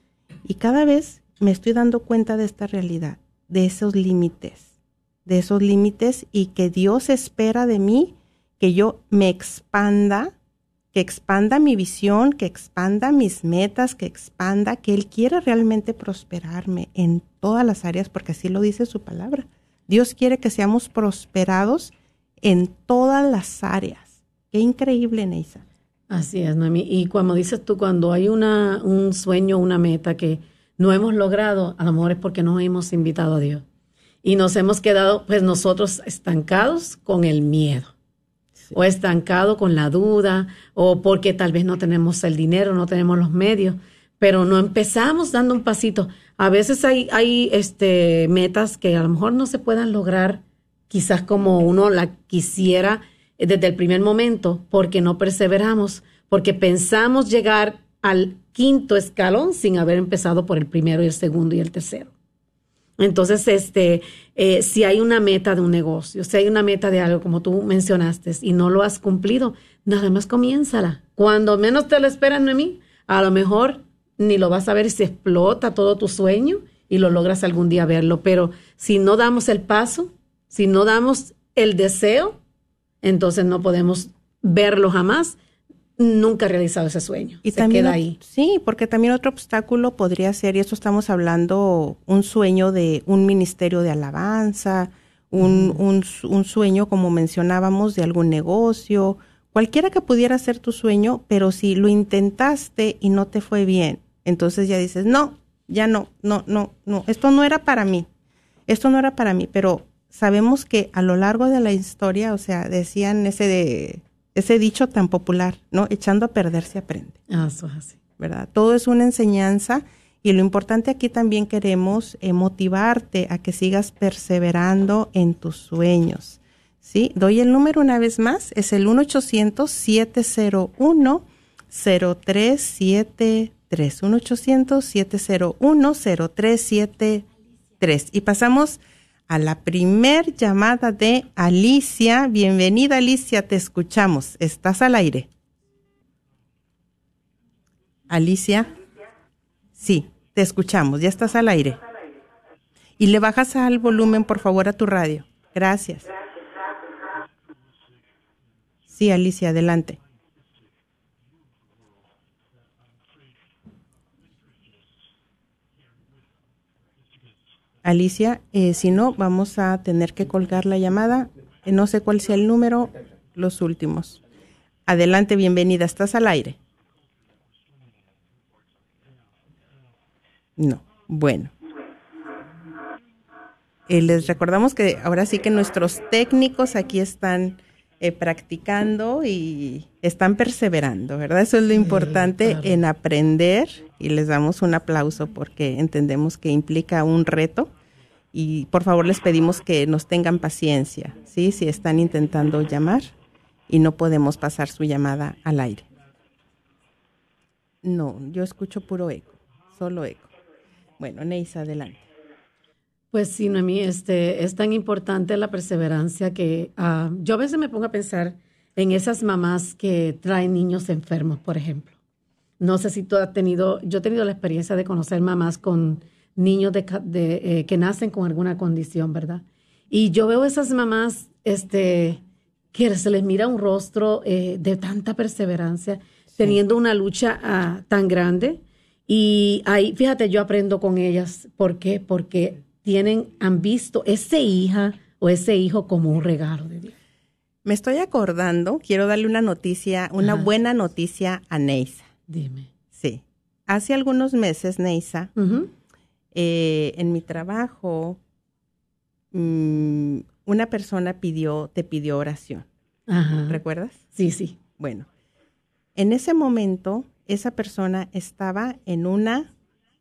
Y cada vez me estoy dando cuenta de esta realidad, de esos límites, de esos límites y que Dios espera de mí que yo me expanda, que expanda mi visión, que expanda mis metas, que expanda, que Él quiere realmente prosperarme en todas las áreas, porque así lo dice su palabra. Dios quiere que seamos prosperados en todas las áreas. Qué increíble, Neisa. Así es, Noemí. Y como dices tú, cuando hay una, un sueño, una meta que no hemos logrado, a lo mejor es porque no hemos invitado a Dios. Y nos hemos quedado, pues nosotros, estancados con el miedo. O estancado con la duda, o porque tal vez no tenemos el dinero, no tenemos los medios, pero no empezamos dando un pasito. A veces hay, hay este, metas que a lo mejor no se puedan lograr, quizás como uno la quisiera desde el primer momento, porque no perseveramos, porque pensamos llegar al quinto escalón sin haber empezado por el primero y el segundo y el tercero. Entonces, este, eh, si hay una meta de un negocio, si hay una meta de algo, como tú mencionaste, y no lo has cumplido, nada más comiénzala. Cuando menos te lo esperas, Noemí, a lo mejor ni lo vas a ver y se explota todo tu sueño y lo logras algún día verlo. Pero si no damos el paso, si no damos el deseo, entonces no podemos verlo jamás. Nunca he realizado ese sueño. Y se también, queda ahí. Sí, porque también otro obstáculo podría ser, y esto estamos hablando, un sueño de un ministerio de alabanza, un, mm. un, un sueño, como mencionábamos, de algún negocio, cualquiera que pudiera ser tu sueño, pero si lo intentaste y no te fue bien, entonces ya dices, no, ya no, no, no, no, esto no era para mí, esto no era para mí, pero sabemos que a lo largo de la historia, o sea, decían ese de... ese dicho tan popular, ¿no? Echando a perder se aprende. Ah, eso es así. ¿Verdad? Todo es una enseñanza y lo importante aquí también queremos eh, motivarte a que sigas perseverando en tus sueños. Sí, doy el número una vez más, es el uno ochocientos, siete cero uno, cero tres siete tres, uno ochocientos, siete cero uno, cero tres siete tres. Y pasamos a la primer llamada de Alicia. Bienvenida, Alicia, te escuchamos. Estás al aire. Alicia. Sí, te escuchamos, ya estás al aire. Y le bajas al volumen, por favor, a tu radio. Gracias. Sí, Alicia, adelante. Alicia, eh, si no, vamos a tener que colgar la llamada. Eh, no sé cuál sea el número, los últimos. Adelante, bienvenida, estás al aire. No, bueno. Eh, les recordamos que ahora sí que nuestros técnicos aquí están eh, practicando y están perseverando, ¿verdad? Eso es lo importante, claro, en aprender, y les damos un aplauso porque entendemos que implica un reto y por favor les pedimos que nos tengan paciencia, ¿sí? Si están intentando llamar y no podemos pasar su llamada al aire. No, yo escucho puro eco, solo eco. Bueno, Neisa, adelante. Pues sí, Noemí, este, es tan importante la perseverancia que uh, yo a veces me pongo a pensar en esas mamás que traen niños enfermos, por ejemplo. No sé si tú has tenido, yo he tenido la experiencia de conocer mamás con niños de, de, eh, que nacen con alguna condición, ¿verdad? Y yo veo esas mamás este, que se les mira un rostro eh, de tanta perseverancia, sí, teniendo una lucha uh, tan grande. Y ahí, fíjate, yo aprendo con ellas. ¿Por qué? Porque tienen, han visto ese hija o ese hijo como un regalo de Dios. Me estoy acordando, quiero darle una noticia, una Ajá. buena noticia a Neisa. Dime. Sí. Hace algunos meses, Neisa, uh-huh. eh, en mi trabajo, mmm, una persona pidió, te pidió oración. Ajá. ¿Recuerdas? Sí, sí. Bueno, en ese momento, esa persona estaba en una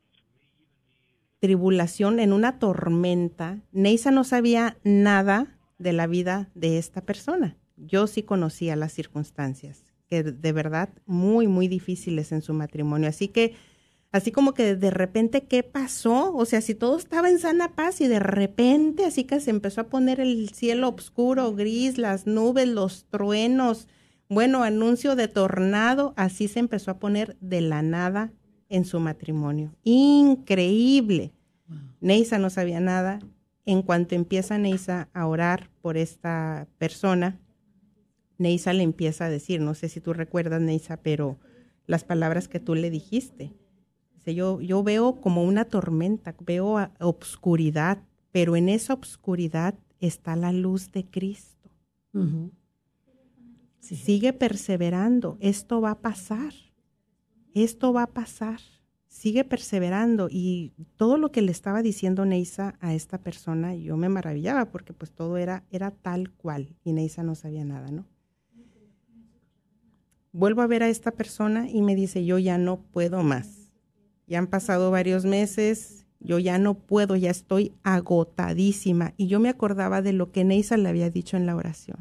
tribulación, en una tormenta. Neisa no sabía nada de la vida de esta persona. Yo sí conocía las circunstancias, que de verdad muy, muy difíciles en su matrimonio. Así que, así como que de repente, ¿qué pasó? O sea, si todo estaba en sana paz y de repente, así que se empezó a poner el cielo oscuro, gris, las nubes, los truenos, bueno, anuncio de tornado, así se empezó a poner de la nada en su matrimonio. Increíble. Wow. Neisa no sabía nada. En cuanto empieza Neisa a orar por esta persona, Neisa le empieza a decir, no sé si tú recuerdas, Neisa, pero las palabras que tú le dijiste. Dice, yo, yo veo como una tormenta, veo a, obscuridad, pero en esa obscuridad está la luz de Cristo. Uh-huh. Sí. Sigue perseverando, esto va a pasar, esto va a pasar, sigue perseverando. Y todo lo que le estaba diciendo Neisa a esta persona, yo me maravillaba porque pues todo era, era tal cual y Neisa no sabía nada, ¿no? Vuelvo a ver a esta persona y me dice, yo ya no puedo más, ya han pasado varios meses, yo ya no puedo, ya estoy agotadísima. Y yo me acordaba de lo que Neisa le había dicho en la oración.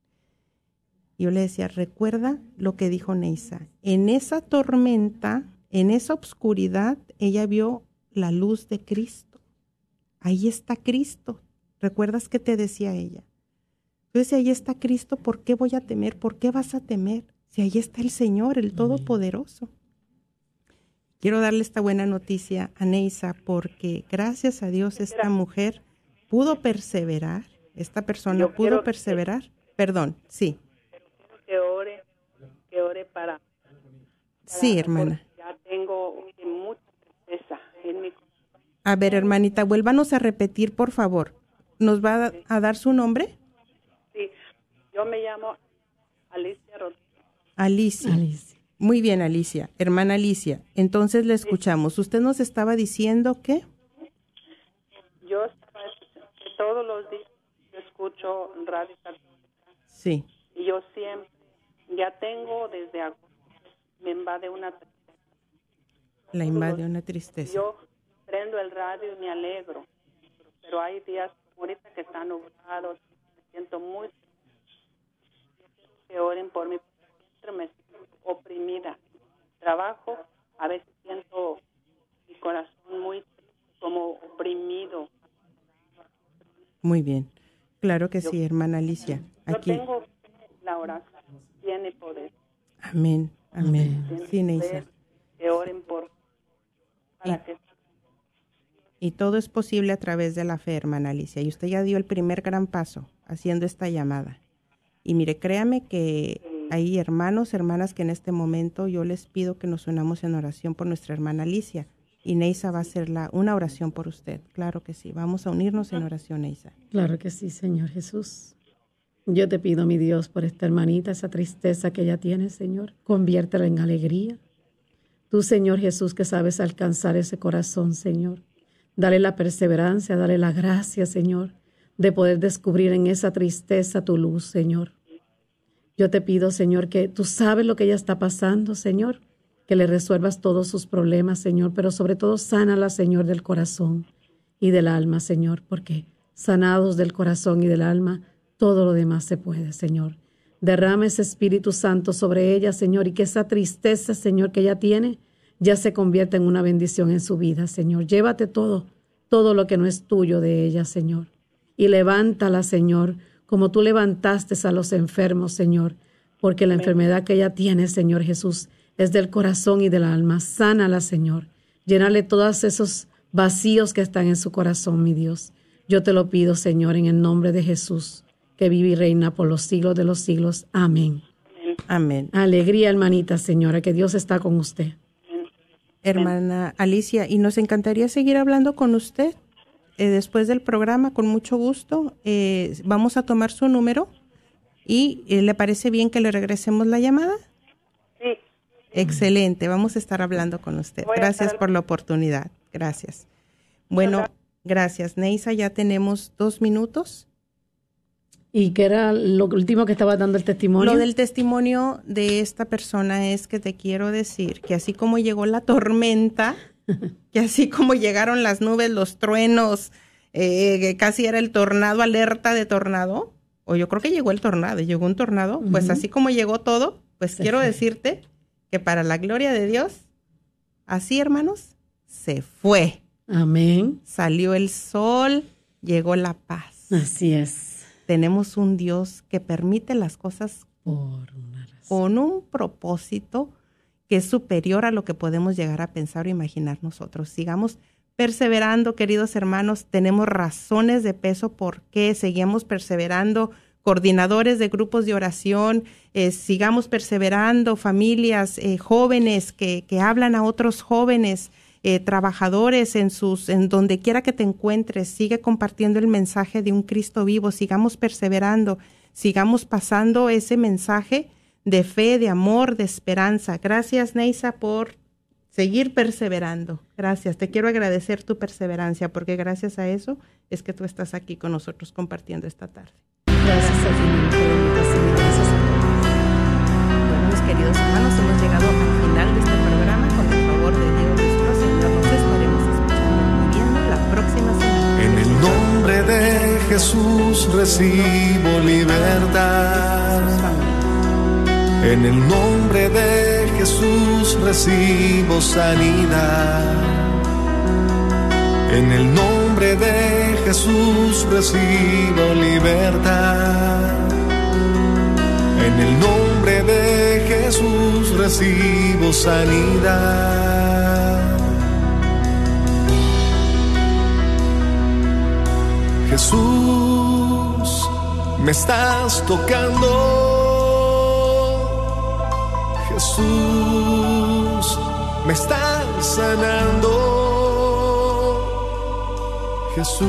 Yo le decía, recuerda lo que dijo Neisa. En esa tormenta, en esa oscuridad, ella vio la luz de Cristo. Ahí está Cristo. ¿Recuerdas qué te decía ella? Yo decía, ahí está Cristo, ¿por qué voy a temer? ¿Por qué vas a temer? Si ahí está el Señor, el Todopoderoso. Quiero darle esta buena noticia a Neisa porque gracias a Dios esta mujer pudo perseverar. Esta persona pudo perseverar. Que, Perdón, sí. Que ore, que ore para, para sí, hermana. Ya tengo mucha tristeza en mi corazón. A ver, hermanita, vuélvanos a repetir, por favor. ¿Nos va a, a dar su nombre? Sí, yo me llamo Alicia Rodríguez. Alicia. Alicia. Muy bien, Alicia. Hermana Alicia, entonces le escuchamos. ¿Usted nos estaba diciendo qué? Yo todos los días escucho Radio Católica. Sí. Y yo siempre, ya tengo desde agosto, me invade una tristeza. La invade una tristeza. Yo prendo el radio y me alegro, pero hay días ahorita que están nublados, me siento muy Muy bien. Claro que Yo- sí, hermana Alicia. Aquí. Yo tengo la oración, tiene poder. Amén, amén. Amén. Sí, Tiene Neisa. poder, que oren por para que Y todo es posible a través de la fe, hermana Alicia. Y usted ya dio el primer gran paso haciendo esta llamada. Y mire, créame que hay hermanos, hermanas que en este momento yo les pido que nos unamos en oración por nuestra hermana Alicia. Y Neisa va a hacer la, una oración por usted. Claro que sí. Vamos a unirnos en oración, Neisa. Claro que sí, Señor Jesús. Yo te pido, mi Dios, por esta hermanita, esa tristeza que ella tiene, Señor, conviértela en alegría. Tú, Señor Jesús, que sabes alcanzar ese corazón, Señor. Dale la perseverancia, dale la gracia, Señor, de poder descubrir en esa tristeza tu luz, Señor. Yo te pido, Señor, que tú sabes lo que ella está pasando, Señor, que le resuelvas todos sus problemas, Señor, pero sobre todo sánala, Señor, del corazón y del alma, Señor, porque sanados del corazón y del alma, todo lo demás se puede, Señor. Derrama ese Espíritu Santo sobre ella, Señor, y que esa tristeza, Señor, que ella tiene, ya se convierta en una bendición en su vida, Señor. Llévate todo, todo lo que no es tuyo de ella, Señor. Y levántala, Señor, como tú levantaste a los enfermos, Señor, porque la enfermedad que ella tiene, Señor Jesús, es del corazón y del alma. Sánala, Señor. Llénale todos esos vacíos que están en su corazón, mi Dios. Yo te lo pido, Señor, en el nombre de Jesús, que vive y reina por los siglos de los siglos. Amén. Amén. Alegría, hermanita, señora, que Dios está con usted. Hermana Alicia, y nos encantaría seguir hablando con usted eh, después del programa, con mucho gusto. Eh, vamos a tomar su número y eh, ¿le parece bien que le regresemos la llamada? sí, Excelente, vamos a estar hablando con usted. Voy a Gracias estar- por la oportunidad. Gracias. Bueno, gracias. Neisa, ya tenemos dos minutos. ¿Y qué era lo último que estaba dando el testimonio? Lo del testimonio de esta persona es que te quiero decir que así como llegó la tormenta, que así como llegaron las nubes, los truenos, eh, que casi era el tornado, alerta de tornado, o yo creo que llegó el tornado, llegó un tornado, pues Ujú. así como llegó todo, pues Se quiero fue. decirte que para la gloria de Dios, así hermanos, se fue. Amén. Salió el sol, llegó la paz. Así es. Tenemos un Dios que permite las cosas Por una razón. con un propósito que es superior a lo que podemos llegar a pensar o imaginar nosotros. Sigamos perseverando, queridos hermanos. Tenemos razones de peso por qué seguimos perseverando. Coordinadores de grupos de oración, eh, sigamos perseverando. Familias, eh, jóvenes que, que hablan a otros jóvenes, eh, trabajadores en sus, en donde quiera que te encuentres. Sigue compartiendo el mensaje de un Cristo vivo. Sigamos perseverando. Sigamos pasando ese mensaje de fe, de amor, de esperanza. Gracias, Neisa, por seguir perseverando. Gracias. Te quiero agradecer tu perseverancia, porque gracias a eso es que tú estás aquí con nosotros compartiendo esta tarde. Gracias a ti, por la invitación. Gracias a todos. Bueno, mis queridos hermanos, hemos llegado al final de este programa. Con el favor de Dios nuestro Señor, nos estaremos escuchando y viendo la próxima semana. En el nombre de Jesús recibo libertad. En el nombre de Jesús recibo sanidad. En el nombre de Jesús recibo libertad. En el nombre de Jesús recibo sanidad. Jesús, me estás tocando. Jesús, me estás sanando. Jesús,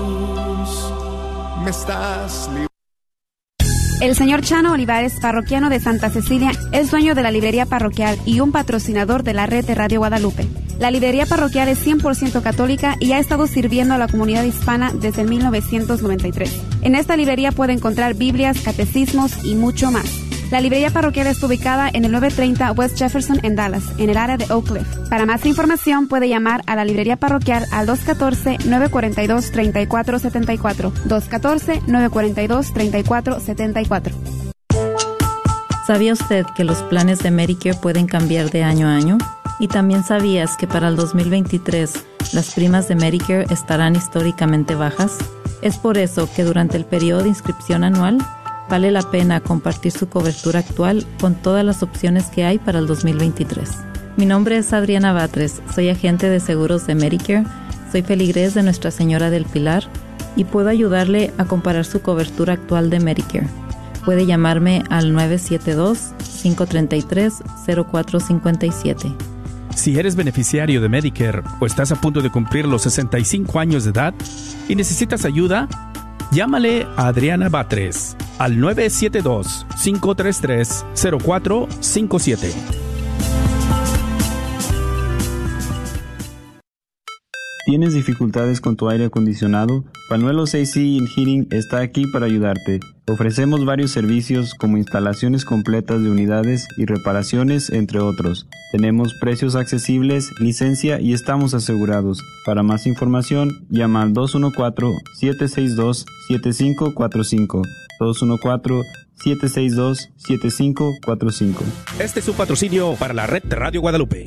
me estás librando. El señor Chano Olivares, parroquiano de Santa Cecilia, es dueño de la librería parroquial y un patrocinador de la red de Radio Guadalupe. La librería parroquial es cien por ciento católica y ha estado sirviendo a la comunidad hispana desde mil novecientos noventa y tres. En esta librería puede encontrar Biblias, catecismos y mucho más. La librería parroquial está ubicada en el novecientos treinta West Jefferson en Dallas, en el área de Oak Cliff. Para más información puede llamar a la librería parroquial al dos uno cuatro, nueve cuatro dos, tres cuatro siete cuatro, dos uno cuatro, nueve cuatro dos, tres cuatro siete cuatro. ¿Sabía usted que los planes de Medicare pueden cambiar de año a año? ¿Y también sabías que para el dos mil veintitrés las primas de Medicare estarán históricamente bajas? Es por eso que durante el periodo de inscripción anual vale la pena compartir su cobertura actual con todas las opciones que hay para el dos mil veintitrés. Mi nombre es Adriana Batres, soy agente de seguros de Medicare, soy feligrés de Nuestra Señora del Pilar y puedo ayudarle a comparar su cobertura actual de Medicare. Puede llamarme al nueve siete dos, cinco tres tres, cero cuatro cinco siete. Si eres beneficiario de Medicare o estás a punto de cumplir los sesenta y cinco años de edad y necesitas ayuda, llámale a Adriana Batres al nueve siete dos, cinco tres tres, cero cuatro cinco siete. ¿Tienes dificultades con tu aire acondicionado? Panuelos A C and Heating está aquí para ayudarte. Ofrecemos varios servicios como instalaciones completas de unidades y reparaciones, entre otros. Tenemos precios accesibles, licencia y estamos asegurados. Para más información, llama al dos uno cuatro, siete seis dos, siete cinco cuatro cinco. dos uno cuatro, siete seis dos, siete cinco cuatro cinco. Este es un patrocinio para la red de Radio Guadalupe.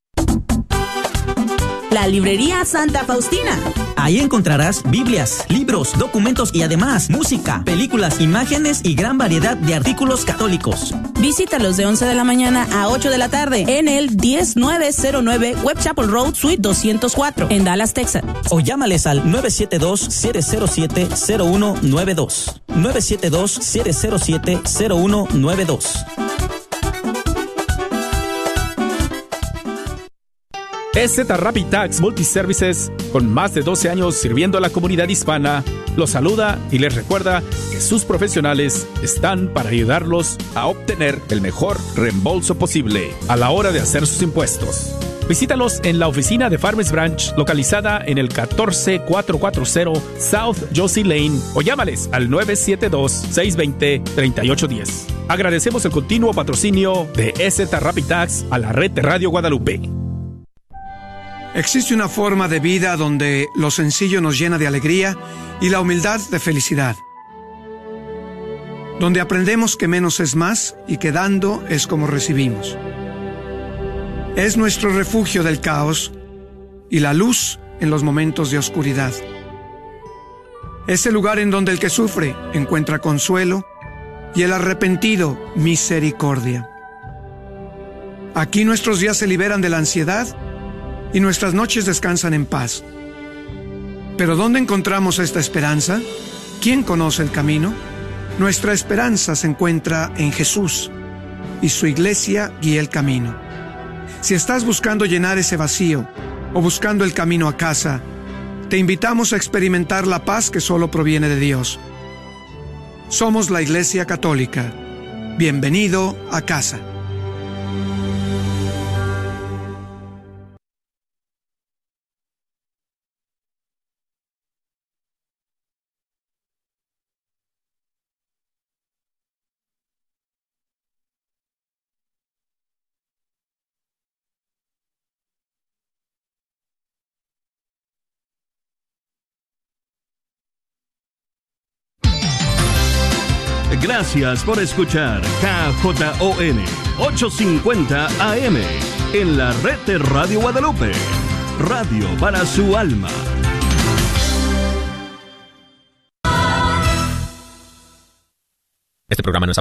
La librería Santa Faustina. Ahí encontrarás Biblias, libros, documentos y además música, películas, imágenes y gran variedad de artículos católicos. Visítalos de once de la mañana a ocho de la tarde en el diez nueve cero nueve West Chapel Road, Suite doscientos cuatro, en Dallas, Texas. O llámales al nueve siete dos, siete cero siete, cero uno nueve dos. nueve siete dos, siete cero siete, cero uno nueve dos. E Z Rapid Tax Multiservices, con más de doce años sirviendo a la comunidad hispana, los saluda y les recuerda que sus profesionales están para ayudarlos a obtener el mejor reembolso posible a la hora de hacer sus impuestos. Visítalos en la oficina de Farmers Branch, localizada en el catorce mil cuatrocientos cuarenta South Josie Lane, o llámales al nueve siete dos, seis dos cero, tres ocho uno cero. Agradecemos el continuo patrocinio de E Z Rapid Tax a la red de Radio Guadalupe. Existe una forma de vida donde lo sencillo nos llena de alegría y la humildad de felicidad. Donde aprendemos que menos es más y que dando es como recibimos. Es nuestro refugio del caos y la luz en los momentos de oscuridad. Es el lugar en donde el que sufre encuentra consuelo y el arrepentido misericordia. Aquí nuestros días se liberan de la ansiedad y nuestras noches descansan en paz. ¿Pero dónde encontramos esta esperanza? ¿Quién conoce el camino? Nuestra esperanza se encuentra en Jesús, y su iglesia guía el camino. Si estás buscando llenar ese vacío, o buscando el camino a casa, te invitamos a experimentar la paz que solo proviene de Dios. Somos la Iglesia Católica. Bienvenido a casa. Gracias por escuchar K J O N ochocientos cincuenta A M en la red de Radio Guadalupe, radio para su alma. Este programa no es